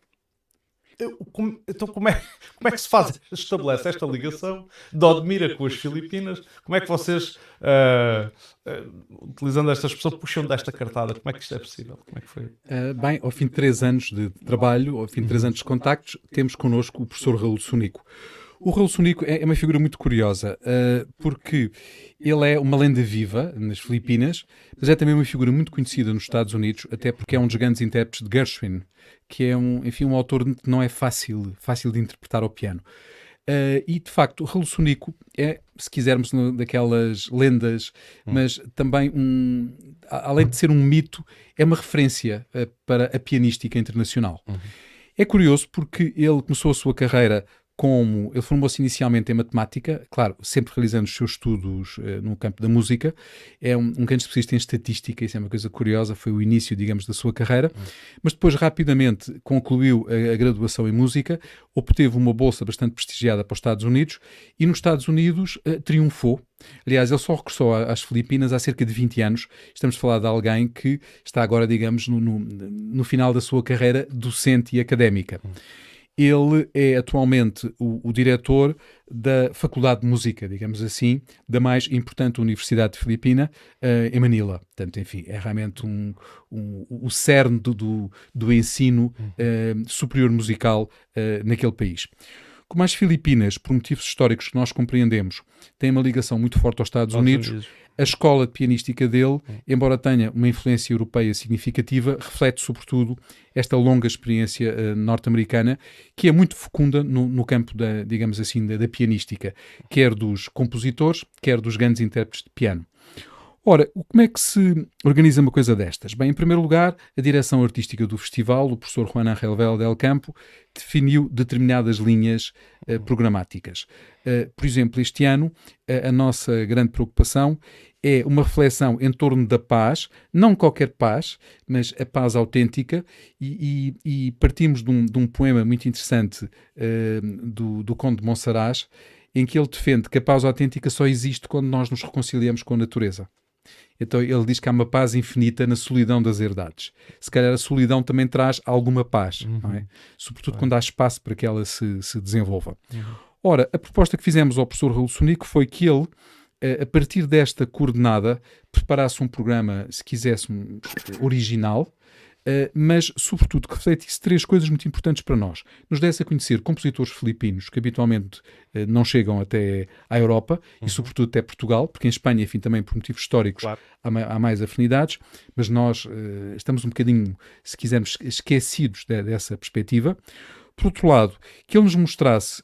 Então como é que se estabelece esta ligação de Odmira com as Filipinas? Como é que vocês, utilizando esta expressão, puxam desta cartada? Como é que isto é possível? Como é que foi? Bem, ao fim de 3 anos de trabalho, ao fim de 3 anos de contactos, temos connosco o professor Raul Sonico. O Raul Sonico é uma figura muito curiosa, porque ele é uma lenda viva nas Filipinas, mas é também uma figura muito conhecida nos Estados Unidos, até porque é um dos grandes intérpretes de Gershwin, que é um autor que não é fácil de interpretar ao piano. E, de facto, o Raul Sonico é, se quisermos, daquelas lendas, mas também, além de ser um mito, é uma referência para a pianística internacional. É curioso porque ele começou a sua carreira ele formou-se inicialmente em matemática, claro, sempre realizando os seus estudos no campo da música. É um grande especialista em estatística, isso é uma coisa curiosa, foi o início, digamos, da sua carreira, mas depois rapidamente concluiu a graduação em música, obteve uma bolsa bastante prestigiada para os Estados Unidos e nos Estados Unidos triunfou. Aliás, ele só regressou às Filipinas há cerca de 20 anos. Estamos a falar de alguém que está agora, digamos, no final da sua carreira docente e académica. Ele é atualmente o diretor da Faculdade de Música, digamos assim, da mais importante universidade filipina, em Manila. Portanto, enfim, é realmente o cerne do ensino superior musical naquele país. Como as Filipinas, por motivos históricos que nós compreendemos, têm uma ligação muito forte aos Estados Unidos, a escola pianística dele, embora tenha uma influência europeia significativa, reflete sobretudo esta longa experiência norte-americana, que é muito fecunda no campo digamos assim, da pianística, quer dos compositores, quer dos grandes intérpretes de piano. Ora, como é que se organiza uma coisa destas? Bem, em primeiro lugar, a direção artística do festival, o professor Juan Ángel Vela del Campo, definiu determinadas linhas programáticas. Por exemplo, este ano, a nossa grande preocupação é uma reflexão em torno da paz, não qualquer paz, mas a paz autêntica, e partimos de um poema muito interessante do Conde de Monsaraz, em que ele defende que a paz autêntica só existe quando nós nos reconciliamos com a natureza. Então ele diz que há uma paz infinita na solidão das herdades. Se calhar a solidão também traz alguma paz, não é? Sobretudo quando há espaço para que ela se desenvolva. Ora, a proposta que fizemos ao professor Raul Sonico foi que ele, a partir desta coordenada, preparasse um programa, se quiséssemos, original, mas, sobretudo, que refletisse 3 coisas muito importantes para nós. Nos desse a conhecer compositores filipinos que habitualmente não chegam até à Europa e, sobretudo, até Portugal, porque em Espanha, enfim, também por motivos históricos, Claro. há mais afinidades, mas nós estamos um bocadinho, se quisermos, esquecidos dessa perspectiva. Por outro lado, que ele nos mostrasse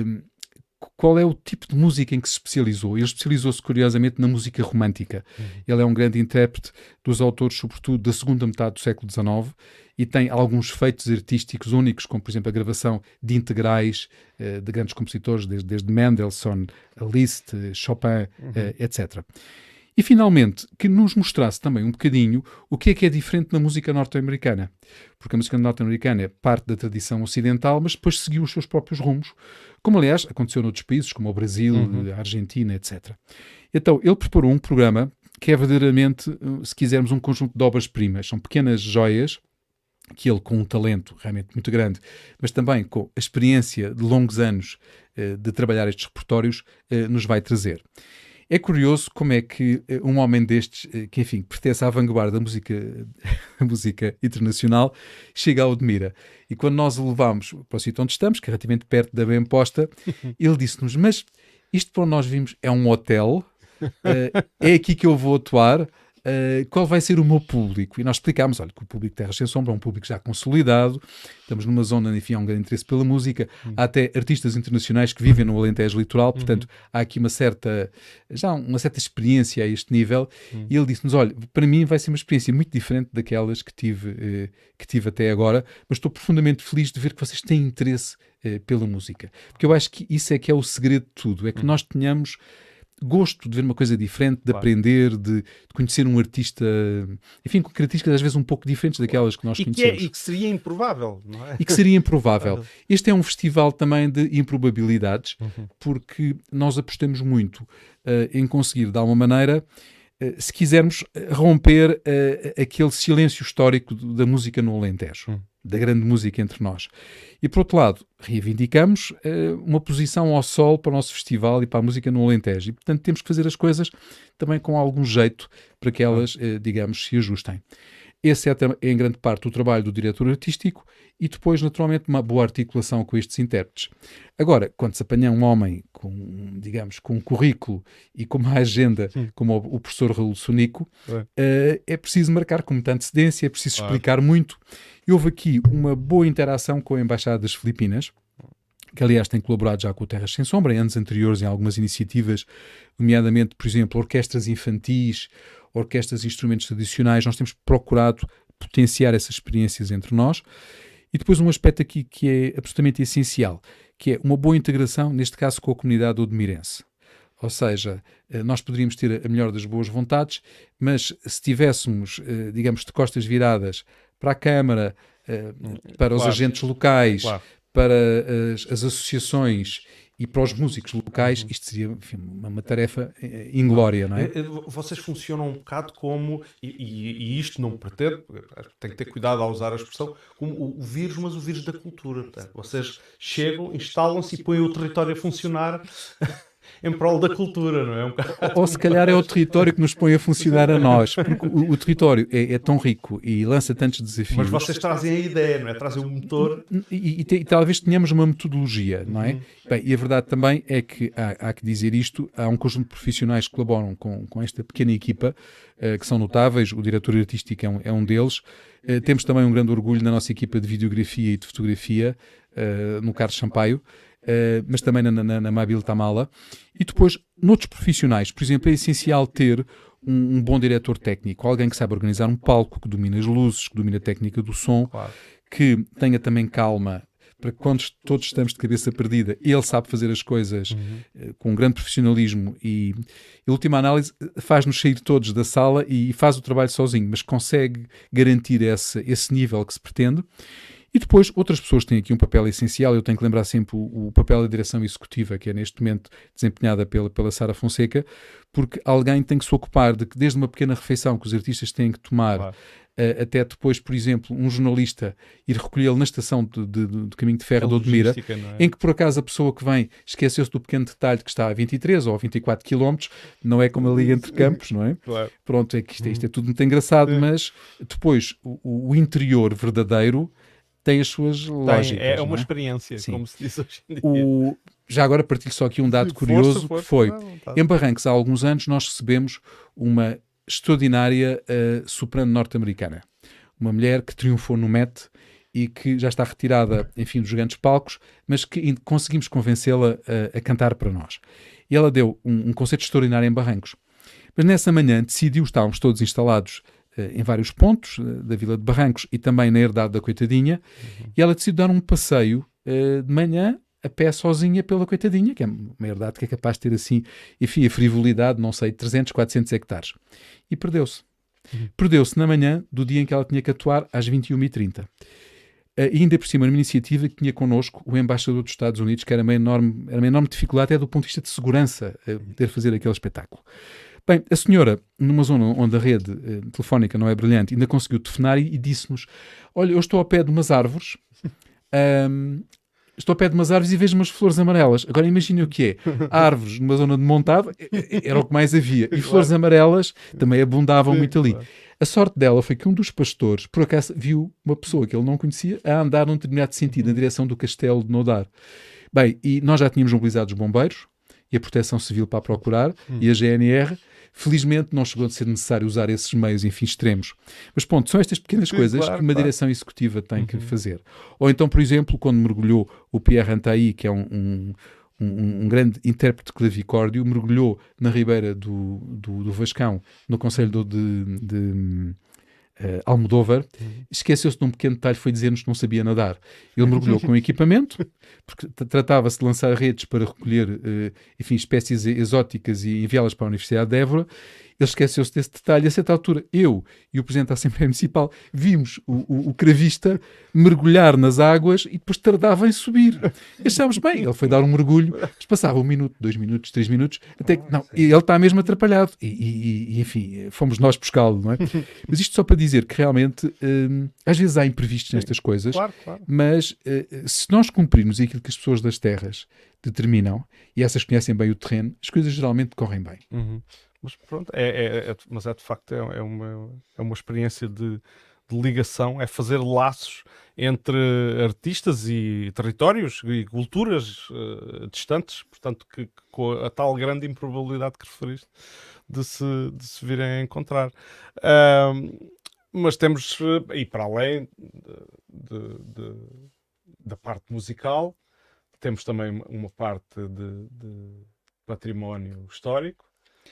qual é o tipo de música em que se especializou. Ele especializou-se, curiosamente, na música romântica. Ele é um grande intérprete dos autores, sobretudo, da segunda metade do século XIX, e tem alguns feitos artísticos únicos, como, por exemplo, a gravação de integrais de grandes compositores, desde Mendelssohn, Liszt, Chopin, etc. E, finalmente, que nos mostrasse também um bocadinho o que é diferente na música norte-americana. Porque a música norte-americana é parte da tradição ocidental, mas depois seguiu os seus próprios rumos, como, aliás, aconteceu noutros países, como o Brasil, a Argentina, etc. Então, ele preparou um programa que é verdadeiramente, se quisermos, um conjunto de obras-primas. São pequenas joias que ele, com um talento realmente muito grande, mas também com a experiência de longos anos de trabalhar estes repertórios, nos vai trazer. É curioso como é que um homem destes, que enfim, pertence à vanguarda da música internacional, chega ao Odmira. E quando nós o levámos para o sítio onde estamos, que é relativamente perto da Bem Posta, ele disse-nos, mas isto para onde nós vimos é um hotel, é aqui que eu vou atuar, qual vai ser o meu público? E nós explicámos, olha, que o público de Terras Sem Sombra é um público já consolidado, estamos numa zona onde, enfim, há um grande interesse pela música, há até artistas internacionais que vivem no Alentejo Litoral, portanto, há aqui uma certa experiência a este nível, e ele disse-nos, olha, para mim vai ser uma experiência muito diferente daquelas que tive até agora, mas estou profundamente feliz de ver que vocês têm interesse pela música, porque eu acho que isso é que é o segredo de tudo, é que nós tenhamos gosto de ver uma coisa diferente, de aprender, de conhecer um artista, enfim, com características às vezes um pouco diferentes daquelas que nós conhecemos. E que seria improvável, não é? E que seria improvável. Este é um festival também de improbabilidades, porque nós apostamos muito em conseguir, de alguma maneira, se quisermos, romper aquele silêncio histórico da música no Alentejo, da grande música entre nós. E, por outro lado, reivindicamos uma posição ao sol para o nosso festival e para a música no Alentejo. E, portanto, temos que fazer as coisas também com algum jeito para que elas, digamos, se ajustem. Esse é, em grande parte, o trabalho do diretor artístico e depois, naturalmente, uma boa articulação com estes intérpretes. Agora, quando se apanha um homem com, digamos, com um currículo e com uma agenda como o professor Raul Sonico, é preciso marcar com muita antecedência, é preciso explicar muito. E houve aqui uma boa interação com a Embaixada das Filipinas, que aliás tem colaborado já com o Terras Sem Sombra, em anos anteriores em algumas iniciativas, nomeadamente, por exemplo, orquestras infantis, orquestras e instrumentos tradicionais. Nós temos procurado potenciar essas experiências entre nós. E depois um aspecto aqui que é absolutamente essencial, que é uma boa integração, neste caso, com a comunidade odmirense. Ou seja, nós poderíamos ter a melhor das boas vontades, mas se tivéssemos, digamos, de costas viradas para a Câmara, para os agentes locais, para as associações e para os músicos locais, isto seria, enfim, uma tarefa inglória, não é? Vocês funcionam um bocado como, e isto não pretendo, tem que ter cuidado ao usar a expressão, como o vírus, mas o vírus da cultura. Tá? Vocês chegam, instalam-se e põem o território a funcionar em prol da cultura, não é? Ou se calhar é o território que nos põe a funcionar a nós, porque o território é tão rico e lança tantos desafios. Mas vocês trazem a ideia, não é? Trazem o motor. E talvez tenhamos uma metodologia, não é? Bem, e a verdade também é que há que dizer isto, há um conjunto de profissionais que colaboram com esta pequena equipa, que são notáveis, o diretor artístico é um deles. Temos também um grande orgulho na nossa equipa de videografia e de fotografia, no Carlos Sampaio, mas também na Mabil Tamala. E depois, noutros profissionais, por exemplo, é essencial ter um bom diretor técnico, alguém que saiba organizar um palco, que domine as luzes, que domine a técnica do som, Claro. que tenha também calma, para que quando todos estamos de cabeça perdida, ele sabe fazer as coisas com um grande profissionalismo e, em última análise, faz-nos sair todos da sala e faz o trabalho sozinho, mas consegue garantir esse nível que se pretende. E depois, outras pessoas têm aqui um papel essencial. Eu tenho que lembrar sempre o papel da direção executiva, que é neste momento desempenhada pela Sara Fonseca, porque alguém tem que se ocupar de que, desde uma pequena refeição que os artistas têm que tomar, Claro. até depois, por exemplo, um jornalista ir recolhê-lo na estação de Caminho de Ferro A de Odmira, logística, não é? em que por acaso a pessoa que vem esqueceu-se do pequeno detalhe que está a 23 ou a 24 km, não é como ali entre campos, não é? Claro. Pronto, é que isto é tudo muito engraçado, mas depois o interior verdadeiro tem as suas lógicas. É não uma é? experiência, Sim. como se diz hoje em dia. Já agora partilho só aqui um dado Sim, curioso, força, que foi, à vontade. em Barrancos, há alguns anos, nós recebemos uma extraordinária soprano norte-americana. Uma mulher que triunfou no Met e que já está retirada, enfim, dos grandes palcos, mas que conseguimos convencê-la a cantar para nós. E ela deu um concerto extraordinário em Barrancos. Mas nessa manhã decidiu, estávamos todos instalados em vários pontos da Vila de Barrancos e também na Herdade da Coitadinha, e ela decidiu dar um passeio de manhã a pé sozinha pela Coitadinha, que é uma herdade que é capaz de ter assim, enfim, a frivolidade, não sei, 300, 400 hectares. E perdeu-se. Perdeu-se na manhã do dia em que ela tinha que atuar às 21h30. E ainda por cima, numa iniciativa que tinha connosco o embaixador dos Estados Unidos, que era uma enorme dificuldade até do ponto de vista de segurança, poder fazer aquele espetáculo. Bem, a senhora, numa zona onde a rede telefónica não é brilhante, ainda conseguiu telefonar e disse-nos: olha, eu estou ao pé de umas árvores, estou ao pé de umas árvores e vejo umas flores amarelas. Agora imaginem o que é. Árvores numa zona de montado, era o que mais havia. E flores amarelas também abundavam muito ali. Claro. A sorte dela foi que um dos pastores, por acaso, viu uma pessoa que ele não conhecia a andar num determinado sentido, na direção do castelo de Nodar. Bem, e nós já tínhamos mobilizado os bombeiros e a Proteção Civil para a procurar, e a GNR. Felizmente não chegou a ser necessário usar esses meios, enfim, extremos. Mas, ponto, são estas pequenas Sim, coisas claro, que uma claro. direção executiva tem que fazer. Ou então, por exemplo, quando mergulhou o Pierre Antaï, que é um grande intérprete de clavicórdio, mergulhou na ribeira do Vascão, no concelho de Almodóvar, esqueceu-se de um pequeno detalhe, foi dizer-nos que não sabia nadar. Ele mergulhou com equipamento, porque tratava-se de lançar redes para recolher, enfim, espécies exóticas e enviá-las para a Universidade de Évora. Ele esqueceu-se desse detalhe. A certa altura, eu e o Presidente da Assembleia Municipal vimos o cravista mergulhar nas águas e depois tardava em subir. E achámos bem, ele foi dar um mergulho, mas passava 1 minuto, 2 minutos, 3 minutos, até que, não, ele está mesmo atrapalhado. E, enfim, fomos nós buscá-lo, não é? Mas isto só para dizer que realmente, às vezes há imprevistos nestas coisas, Claro, claro. mas se nós cumprirmos aquilo que as pessoas das terras determinam, e essas conhecem bem o terreno, as coisas geralmente correm bem. Mas pronto, mas é de facto uma experiência de ligação, é fazer laços entre artistas e territórios e culturas distantes, portanto, com a tal grande improbabilidade que referiste de se virem a encontrar. Mas temos, e para além da parte musical, temos também uma parte de património histórico.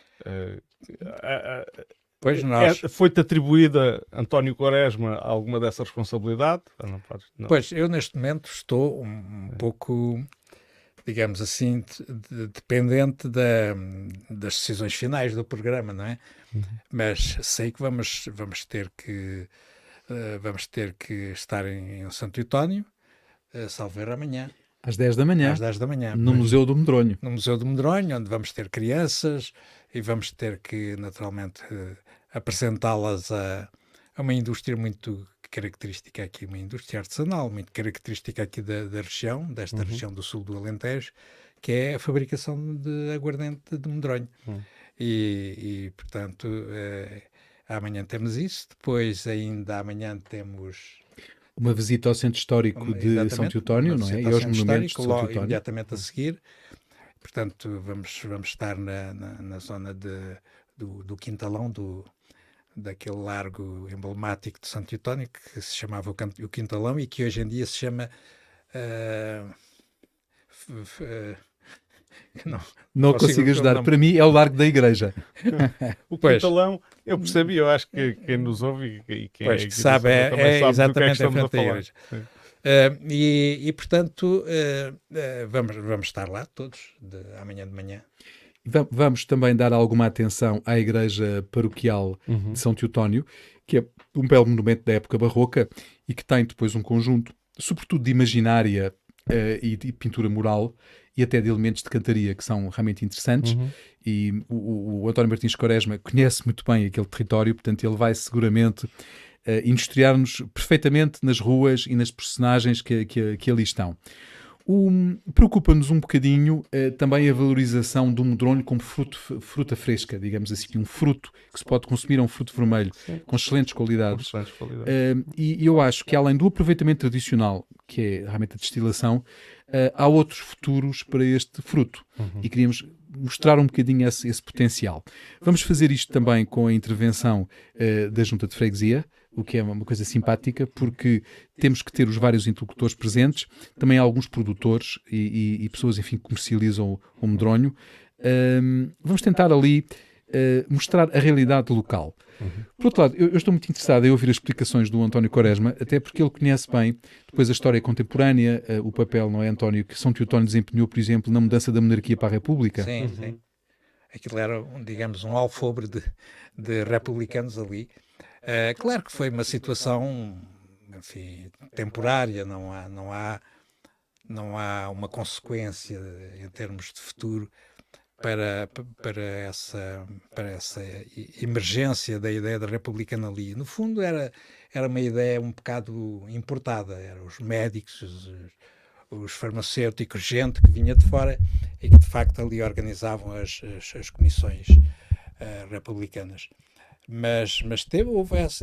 Pois nós, Foi-te atribuída, António Quaresma, alguma dessa responsabilidade? Não. pois eu neste momento estou um pouco, digamos assim, dependente das decisões finais do programa, não é? Mas sei que vamos ter que estar em Santo Eutónio, salvo erro, amanhã, Às 10 da manhã, às 10 da manhã. no Museu do Medronho. No Museu do Medronho, onde vamos ter crianças e vamos ter que, naturalmente, apresentá-las a uma indústria muito característica aqui, uma indústria artesanal, muito característica aqui da região, desta região do sul do Alentejo, que é a fabricação de aguardente de medronho. E portanto, amanhã temos isso, depois ainda amanhã temos... Uma visita ao Centro Histórico de São Teotónio, não é? E aos monumentos de São Teotónio. Imediatamente a seguir. Portanto, vamos estar na zona do Quintalão, daquele largo emblemático de Santo Eutónio, que se chamava o Quintalão e que hoje em dia se chama Não consigo- consigo ajudar. não- Para mim é o Largo da Igreja. O Pois. Quintalão, eu percebi, eu acho que quem nos ouve e quem Pois, é que sabe, também sabe do que é exatamente que em estamos a frente à falar. igreja. Sim. Portanto, vamos estar lá todos, amanhã de manhã. Vamos também dar alguma atenção à Igreja Paroquial Uhum. de São Teotónio, que é um belo monumento da época barroca e que tem depois um conjunto, sobretudo de imaginária e de pintura mural e até de elementos de cantaria que são realmente interessantes. Uhum. E o António Martins Quaresma conhece muito bem aquele território, portanto ele vai seguramente industriar-nos perfeitamente nas ruas e nas personagens que ali estão. Preocupa-nos um bocadinho também a valorização do medronho como fruta fresca, digamos assim, um fruto que se pode consumir, é um fruto vermelho, com excelentes qualidades. Excelentes qualidades. E eu acho que além do aproveitamento tradicional, que é realmente a destilação, há outros futuros para este fruto e queríamos mostrar um bocadinho esse potencial. Vamos fazer isto também com a intervenção da Junta de Freguesia, o que é uma coisa simpática, porque temos que ter os vários interlocutores presentes, também há alguns produtores e pessoas, enfim, que comercializam o medronho. Vamos tentar ali mostrar a realidade local. Por outro lado, eu estou muito interessado em ouvir as explicações do António Quaresma, até porque ele conhece bem depois a história contemporânea, o papel, não é, António, que São Teotónio desempenhou, por exemplo, na mudança da monarquia para a República. Sim, sim. Aquilo era, digamos, um alfobre de republicanos ali. Claro que foi uma situação, enfim, temporária, não há uma consequência em termos de futuro para essa emergência da ideia da republicana ali. No fundo era uma ideia um bocado importada, eram os médicos, os farmacêuticos, gente que vinha de fora e que de facto ali organizavam as comissões republicanas. Mas teve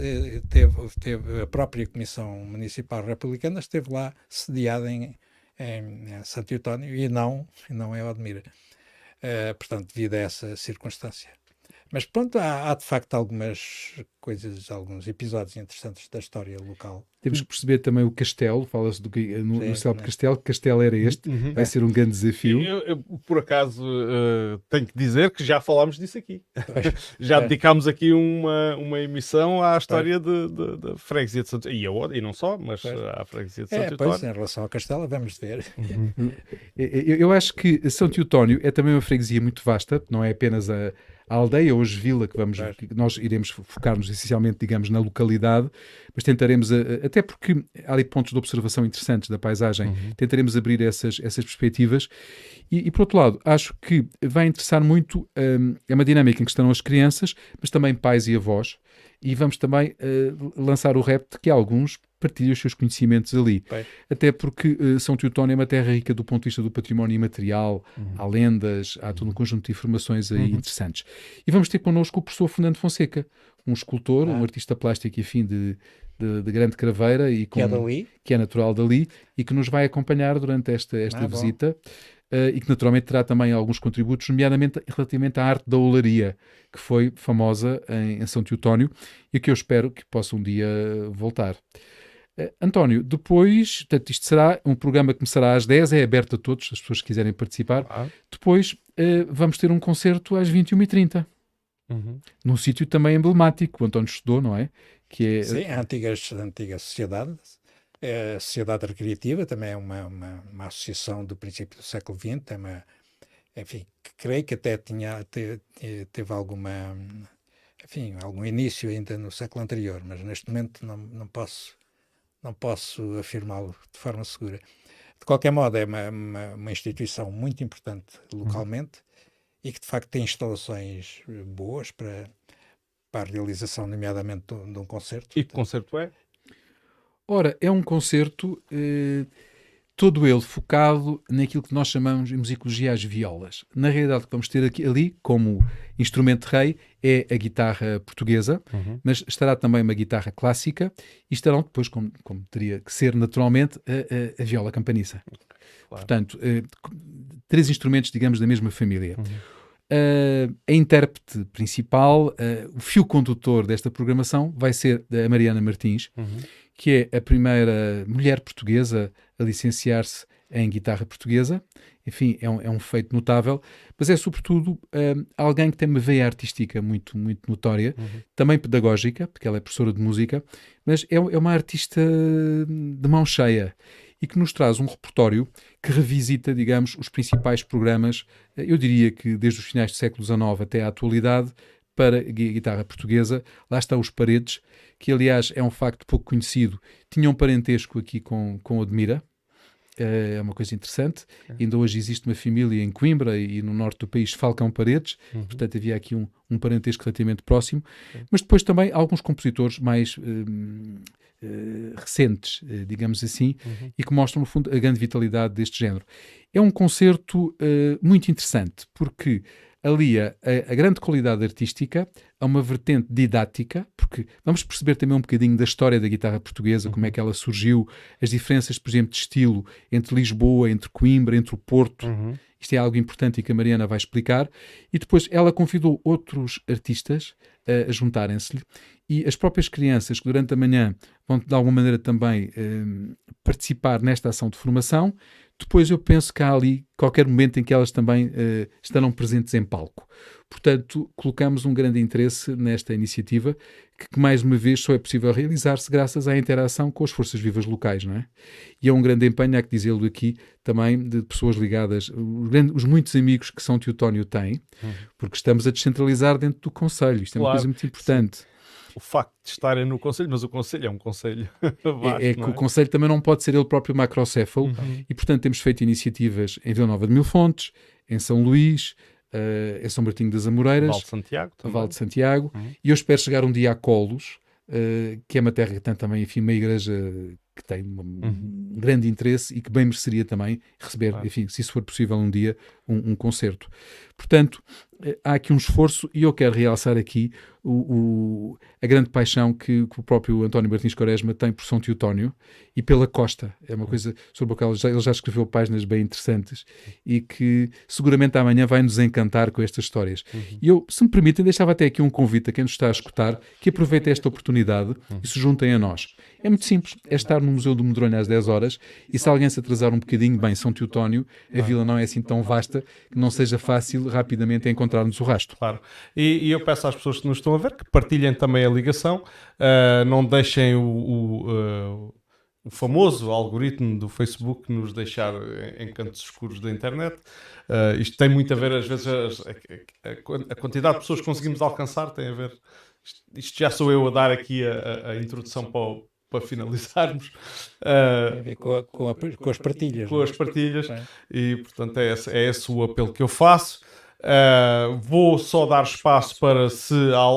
a própria Comissão Municipal Republicana esteve lá sediada em Santo Eutónio e não em Odmira. Portanto, devido a essa circunstância. Mas pronto, há de facto algumas coisas, alguns episódios interessantes da história local. Temos que perceber também o castelo, fala-se no célebre né? castelo, que castelo era este, vai ser um grande desafio. Eu, por acaso, tenho que dizer que já falámos disso aqui. Já dedicámos aqui uma emissão à história da freguesia de Santo e não só, mas à freguesia de Santo Pois, Eutónio. em relação ao castelo, vamos ver. Eu acho que São Teotónio é também uma freguesia muito vasta, não é apenas a aldeia ou a vila que nós iremos focar-nos essencialmente, digamos, na localidade, mas tentaremos, até porque há ali pontos de observação interessantes da paisagem, tentaremos abrir essas perspectivas e por outro lado, acho que vai interessar muito é uma dinâmica em que estarão as crianças, mas também pais e avós, e vamos também lançar o repto de que alguns partilhem os seus conhecimentos ali. Bem. Até porque São Teotónio é uma terra rica do ponto de vista do património imaterial, há lendas, há todo um conjunto de informações aí interessantes. E vamos ter connosco o professor Fernando Fonseca, um escultor, um artista plástico, enfim, de grande craveira, e Que é dali. que é natural dali, e que nos vai acompanhar durante esta visita. E que naturalmente terá também alguns contributos, nomeadamente relativamente à arte da olaria, que foi famosa em São Teotónio e que eu espero que possa um dia voltar. António, depois, portanto, isto será um programa que começará às 10, é aberto a todos, as pessoas que quiserem participar. Depois vamos ter um concerto às 21h30, num sítio também emblemático, o António estudou, não é? Que é... Sim, a antiga sociedade. A Sociedade Recreativa também é uma associação do princípio do século XX, enfim, que creio que até teve algum início ainda no século anterior, mas neste momento não posso afirmá-lo de forma segura. De qualquer modo, é uma instituição muito importante localmente e que de facto tem instalações boas para a realização, nomeadamente, de um concerto. E que concerto é? Ora, é um concerto todo ele focado naquilo que nós chamamos em musicologia as violas. Na realidade, o que vamos ter ali como instrumento rei é a guitarra portuguesa, mas estará também uma guitarra clássica e estarão depois, como teria que ser naturalmente, a viola campaniça. Claro. Portanto, 3 instrumentos, digamos, da mesma família. A intérprete principal, o fio condutor desta programação vai ser a Mariana Martins, que é a primeira mulher portuguesa a licenciar-se em guitarra portuguesa. Enfim, é um feito notável, mas é sobretudo alguém que tem uma veia artística muito, muito notória, também pedagógica, porque ela é professora de música, mas é uma artista de mão cheia e que nos traz um repertório que revisita, digamos, os principais programas, eu diria que desde os finais do século XIX até à atualidade, para a guitarra portuguesa. Lá está os Paredes, que aliás é um facto pouco conhecido, tinham parentesco aqui com o Admira. É uma coisa interessante. Ainda hoje existe uma família em Coimbra e no norte do país, Falcão Paredes, portanto havia aqui um parentesco relativamente próximo, mas depois também alguns compositores mais recentes, digamos assim, e que mostram no fundo a grande vitalidade deste género. É um concerto muito interessante, porque alia a grande qualidade artística a uma vertente didática, porque vamos perceber também um bocadinho da história da guitarra portuguesa, como é que ela surgiu, as diferenças, por exemplo, de estilo entre Lisboa, entre Coimbra, entre o Porto. Isto é algo importante e que a Mariana vai explicar. E depois ela convidou outros artistas a juntarem-se-lhe, e as próprias crianças que durante a manhã vão de alguma maneira também participar nesta ação de formação. Depois eu penso que há ali qualquer momento em que elas também estarão presentes em palco. Portanto, colocamos um grande interesse nesta iniciativa que mais uma vez só é possível realizar-se graças à interação com as forças vivas locais, não é? E é um grande empenho, há que dizê-lo aqui, também de pessoas ligadas, os muitos amigos que São Teotónio tem, porque estamos a descentralizar dentro do Conselho. Isto é uma coisa muito importante. Sim. O facto de estarem no Conselho, mas o Conselho é um Conselho vasto, é que o Conselho também não pode ser ele próprio macrocéfalo, e portanto temos feito iniciativas em Vila Nova de Mil Fontes, em São Luís, em São Martinho das Amoreiras, Val de Santiago, e eu espero chegar um dia a Colos, que é uma terra que tem também, enfim, uma igreja que tem um grande interesse e que bem mereceria também receber, enfim, se isso for possível um dia, um concerto. Portanto, há aqui um esforço, e eu quero realçar aqui a grande paixão que o próprio António Martins Quaresma tem por São Teotónio e pela costa. É uma coisa sobre a qual ele já escreveu páginas bem interessantes e que seguramente amanhã vai nos encantar com estas histórias. E eu, se me permitem, deixava até aqui um convite a quem nos está a escutar que aproveite esta oportunidade e se juntem a nós. É muito simples, é estar no Museu do Medronho às 10 horas, e se alguém se atrasar um bocadinho, bem, São Teotónio, a vila não é assim tão vasta que não seja fácil rapidamente encontrar-nos o rastro. Claro. E eu peço às pessoas que nos estão a ver que partilhem também a ligação, não deixem o famoso algoritmo do Facebook nos deixar em cantos escuros da internet. Isto tem muito a ver, às vezes, a quantidade de pessoas que conseguimos alcançar tem a ver. Isto já sou eu a dar aqui a introdução para finalizarmos. Tem a ver com as partilhas. Com as partilhas. E, portanto, é esse o apelo que eu faço. Vou só dar espaço para se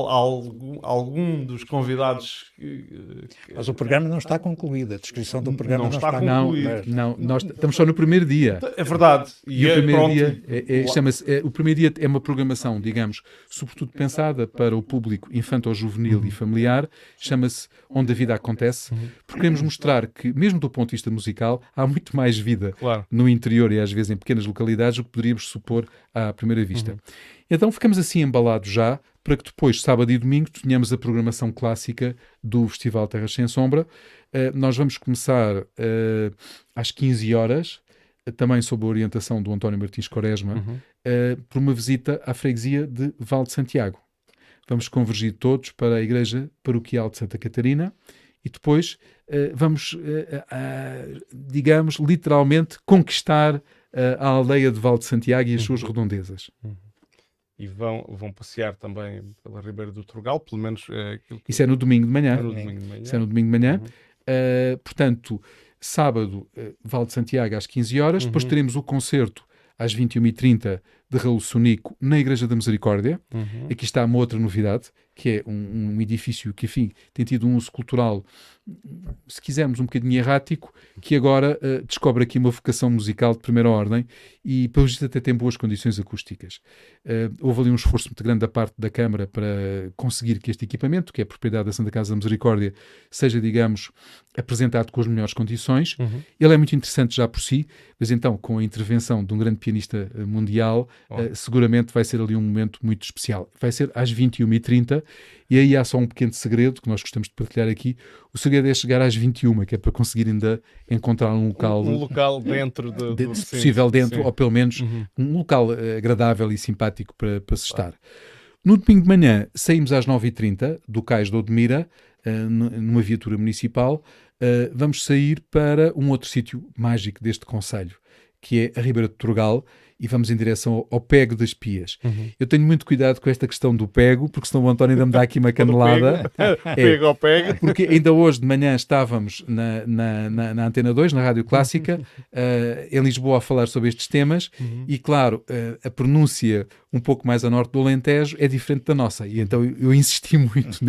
algum dos convidados... Mas o programa não está concluído, a descrição do programa não está concluído. Não, nós estamos só no primeiro dia. É verdade. E o primeiro dia o primeiro dia é uma programação, digamos, sobretudo pensada para o público infanto-juvenil e familiar, chama-se Onde a Vida Acontece, porque queremos mostrar que, mesmo do ponto de vista musical, há muito mais vida no interior e às vezes em pequenas localidades do que poderíamos supor à primeira vista. Então ficamos assim embalados já, para que depois, sábado e domingo, tenhamos a programação clássica do Festival Terras Sem Sombra. Nós vamos começar às 15 horas, também sob a orientação do António Martins Quaresma, por uma visita à freguesia de Val de Santiago. Vamos convergir todos para a Igreja Paroquial de Santa Catarina e depois vamos, digamos, literalmente conquistar a aldeia de Val de Santiago e as suas redondezas. E vão passear também pela Ribeira do Turgal, pelo menos... Isso é no domingo de manhã. Isso é no domingo de manhã. Portanto, sábado, Val de Santiago às 15 horas, depois teremos o concerto às 21h30 de Raul Sonico na Igreja da Misericórdia. Aqui está uma outra novidade, que é um edifício que, enfim, tem tido um uso cultural, se quisermos, um bocadinho errático, que agora descobre aqui uma vocação musical de primeira ordem e, pelo visto, até tem boas condições acústicas. Houve ali um esforço muito grande da parte da Câmara para conseguir que este equipamento, que é propriedade da Santa Casa da Misericórdia, seja, digamos, apresentado com as melhores condições. Ele é muito interessante já por si, mas então, com a intervenção de um grande pianista mundial, seguramente vai ser ali um momento muito especial. Vai ser às 21h30 e aí há só um pequeno segredo que nós gostamos de partilhar aqui. O segredo é chegar às 21h, que é para conseguir ainda encontrar um local... Um local dentro se possível dentro, ou pelo menos um local agradável e simpático para se estar. No domingo de manhã saímos às 9h30 do Cais de Odmira, numa viatura municipal. Vamos sair para um outro sítio mágico deste concelho, que é a Ribeira de Turgal, e vamos em direção ao Pego das Pias. Eu tenho muito cuidado com esta questão do pego, porque senão o António ainda me dá aqui uma canelada. Pego ao pego. Porque ainda hoje de manhã estávamos na Antena 2, na Rádio Clássica, em Lisboa, a falar sobre estes temas, e claro, a pronúncia um pouco mais a norte do Alentejo é diferente da nossa, e então eu insisti muito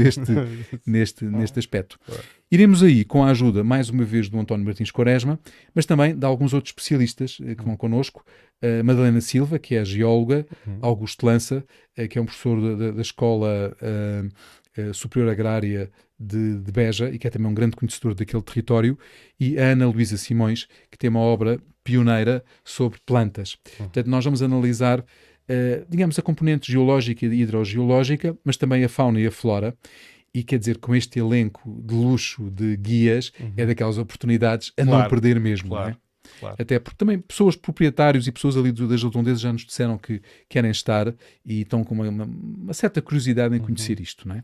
neste aspecto. Iremos aí com a ajuda, mais uma vez, do António Martins Quaresma, mas também de alguns outros especialistas que vão connosco. Madalena Silva, que é a geóloga, Augusto Lança, que é um professor da Escola Superior Agrária de Beja e que é também um grande conhecedor daquele território, e a Ana Luísa Simões, que tem uma obra pioneira sobre plantas. Portanto, nós vamos analisar, digamos, a componente geológica e hidrogeológica, mas também a fauna e a flora. E quer dizer, com este elenco de luxo de guias, é daquelas oportunidades a não perder mesmo, não é? Claro. Até porque também pessoas, proprietários e pessoas ali das redondezas já nos disseram que querem estar e estão com uma certa curiosidade em conhecer isto, não é?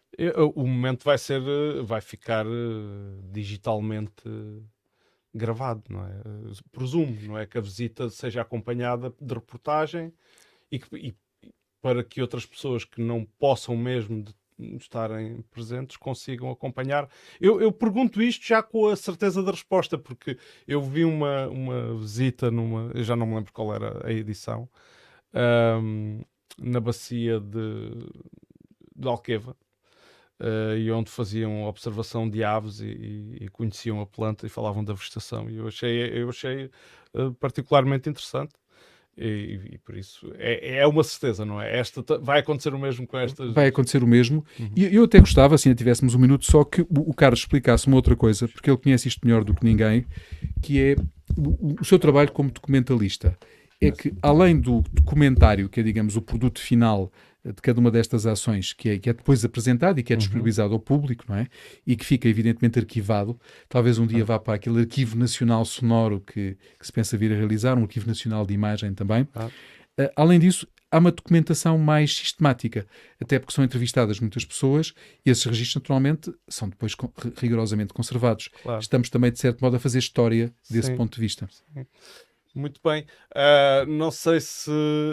O momento vai ficar digitalmente gravado, não é? Presumo, não é? Que a visita seja acompanhada de reportagem e para que outras pessoas que não possam mesmo estarem presentes consigam acompanhar. Eu pergunto isto já com a certeza da resposta, porque eu vi uma visita eu já não me lembro qual era a edição, na bacia de Alqueva, e onde faziam observação de aves e conheciam a planta e falavam da vegetação, e eu achei particularmente interessante. E por isso é uma certeza, não é? Vai acontecer o mesmo com estas. Vai acontecer o mesmo. E eu até gostava, se ainda tivéssemos um minuto, só que o Carlos explicasse uma outra coisa, porque ele conhece isto melhor do que ninguém, que é o seu trabalho como documentalista. É que, além do documentário, que é, digamos, o produto final de cada uma destas ações, que é depois apresentado e que é disponibilizado ao público, não é? E que fica, evidentemente, arquivado. Talvez um dia vá para aquele arquivo nacional sonoro que se pensa vir a realizar, um arquivo nacional de imagem também. Além disso, há uma documentação mais sistemática, até porque são entrevistadas muitas pessoas e esses registros, naturalmente, são depois rigorosamente conservados. Claro. Estamos também, de certo modo, a fazer história desse ponto de vista. Sim. Muito bem. Não sei se...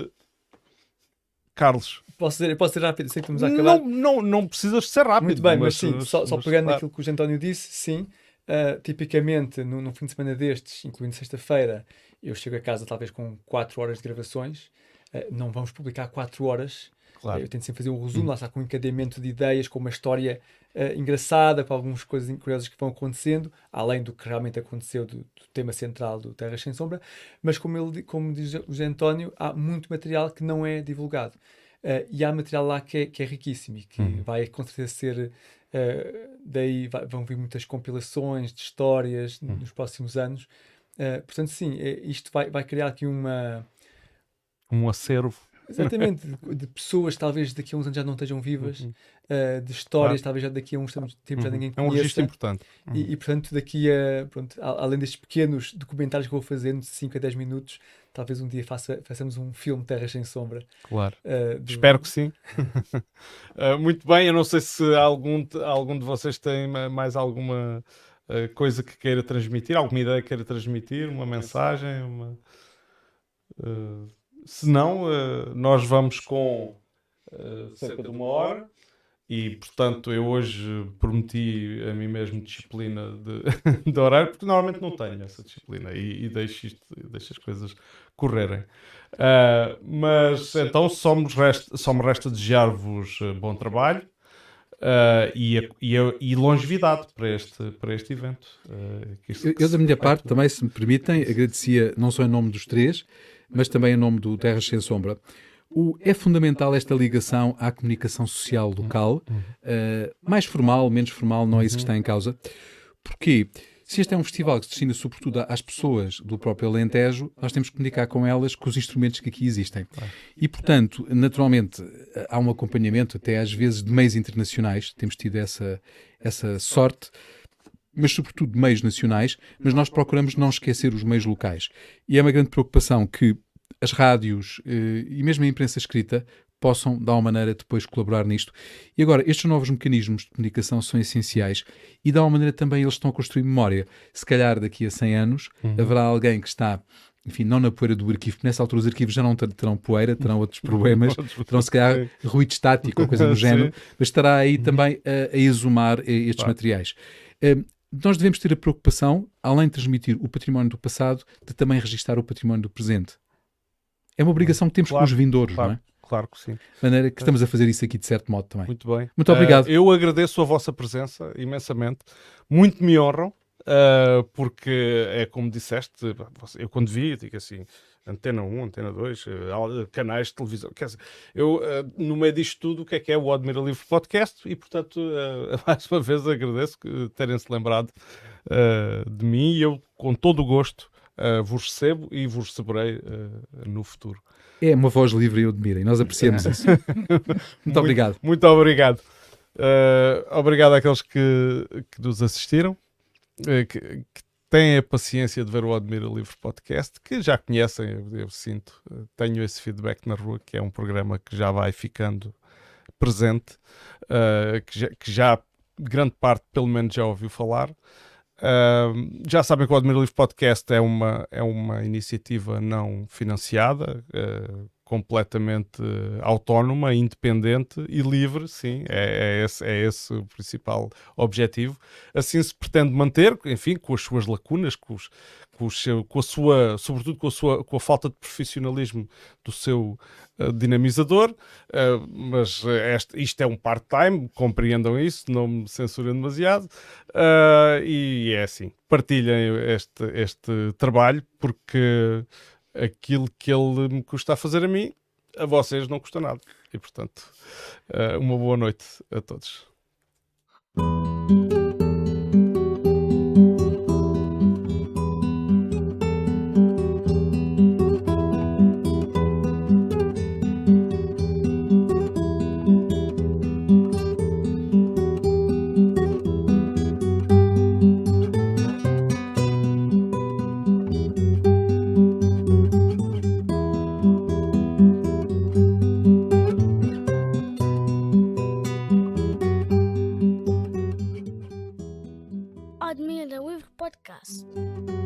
Carlos... Posso ser rápido? Sei que estamos a acabar. Não precisas ser rápido. Muito bem, mas sim, só pegando naquilo que o José António disse, sim. Tipicamente, no fim de semana destes, incluindo sexta-feira, eu chego a casa talvez com 4 horas de gravações. Não vamos publicar 4 horas. Claro. Eu tento sempre fazer um resumo, lá está, com um encadeamento de ideias, com uma história engraçada, com algumas coisas curiosas que vão acontecendo, além do que realmente aconteceu do tema central do Terras Sem Sombra. Mas como diz o José António, há muito material que não é divulgado. E há material lá que é riquíssimo e que vai com certeza ser... daí vão vir muitas compilações de histórias nos próximos anos. Portanto, sim, isto vai criar aqui um acervo. Exatamente, de pessoas talvez daqui a uns anos já não estejam vivas, de histórias talvez já daqui a uns tempos já ninguém conheça. É um registro importante. E portanto, daqui a, além destes pequenos documentários que vou fazer de 5 a 10 minutos, talvez um dia façamos um filme Terras Sem Sombra. Claro. Espero que sim. Muito bem, eu não sei se algum de vocês tem mais alguma coisa que queira transmitir, alguma ideia que queira transmitir, uma mensagem, se não, nós vamos com cerca de 1 hora e, portanto, eu hoje prometi a mim mesmo disciplina de horário, porque normalmente não tenho essa disciplina e deixo as coisas correrem. Mas, então, só me resta desejar-vos bom trabalho e longevidade para este evento. Eu, da minha parte, também, se me permitem, agradecia não só em nome dos três, mas também em nome do Terras Sem Sombra. É fundamental esta ligação à comunicação social local, mais formal, menos formal, não é isso que está em causa. Porquê? Se este é um festival que se destina sobretudo às pessoas do próprio Alentejo, nós temos que comunicar com elas com os instrumentos que aqui existem. E, portanto, naturalmente, há um acompanhamento, até às vezes, de meios internacionais, temos tido essa sorte, mas sobretudo de meios nacionais, mas nós procuramos não esquecer os meios locais. E é uma grande preocupação que as rádios e mesmo a imprensa escrita possam, de alguma maneira, depois colaborar nisto. E agora, estes novos mecanismos de comunicação são essenciais e, de alguma maneira, também eles estão a construir memória. Se calhar, daqui a 100 anos, haverá alguém que está, enfim, não na poeira do arquivo, porque nessa altura os arquivos já não terão poeira, terão outros problemas, terão, se calhar, ruído estático ou coisa do género, mas estará aí também a exumar estes materiais. Nós devemos ter a preocupação, além de transmitir o património do passado, de também registar o património do presente. É uma obrigação que temos com os vindouros, não é? Claro que sim. De maneira que estamos a fazer isso aqui de certo modo também. Muito bem. Muito obrigado. Eu agradeço a vossa presença imensamente. Muito me honram, porque é como disseste, eu quando vi, digo assim, Antena 1, Antena 2, canais de televisão. Quer dizer, eu, no meio disto tudo, o que é o Admira Livre Podcast e, portanto, mais uma vez agradeço terem-se lembrado de mim e eu, com todo o gosto, vos recebo e vos receberei no futuro. É uma voz livre e eu admiro, e nós apreciamos isso. Muito obrigado. Muito obrigado. Obrigado àqueles que nos assistiram, que têm a paciência de ver o Admira Livre Podcast, que já conhecem, eu sinto, tenho esse feedback na rua, que é um programa que já vai ficando presente, que já grande parte, pelo menos, já ouviu falar. Já sabem que o Admira Livre Podcast é uma iniciativa não financiada, completamente autónoma, independente e livre, sim, é esse o principal objetivo. Assim se pretende manter, enfim, com as suas lacunas, com a sua, sobretudo com a falta de profissionalismo do seu dinamizador, mas isto é um part-time, compreendam isso, não me censurem demasiado, e é assim, partilhem este trabalho, porque aquilo que ele me custa a fazer a mim, a vocês não custa nada. E, portanto, uma boa noite a todos. Admira Livre Podcast.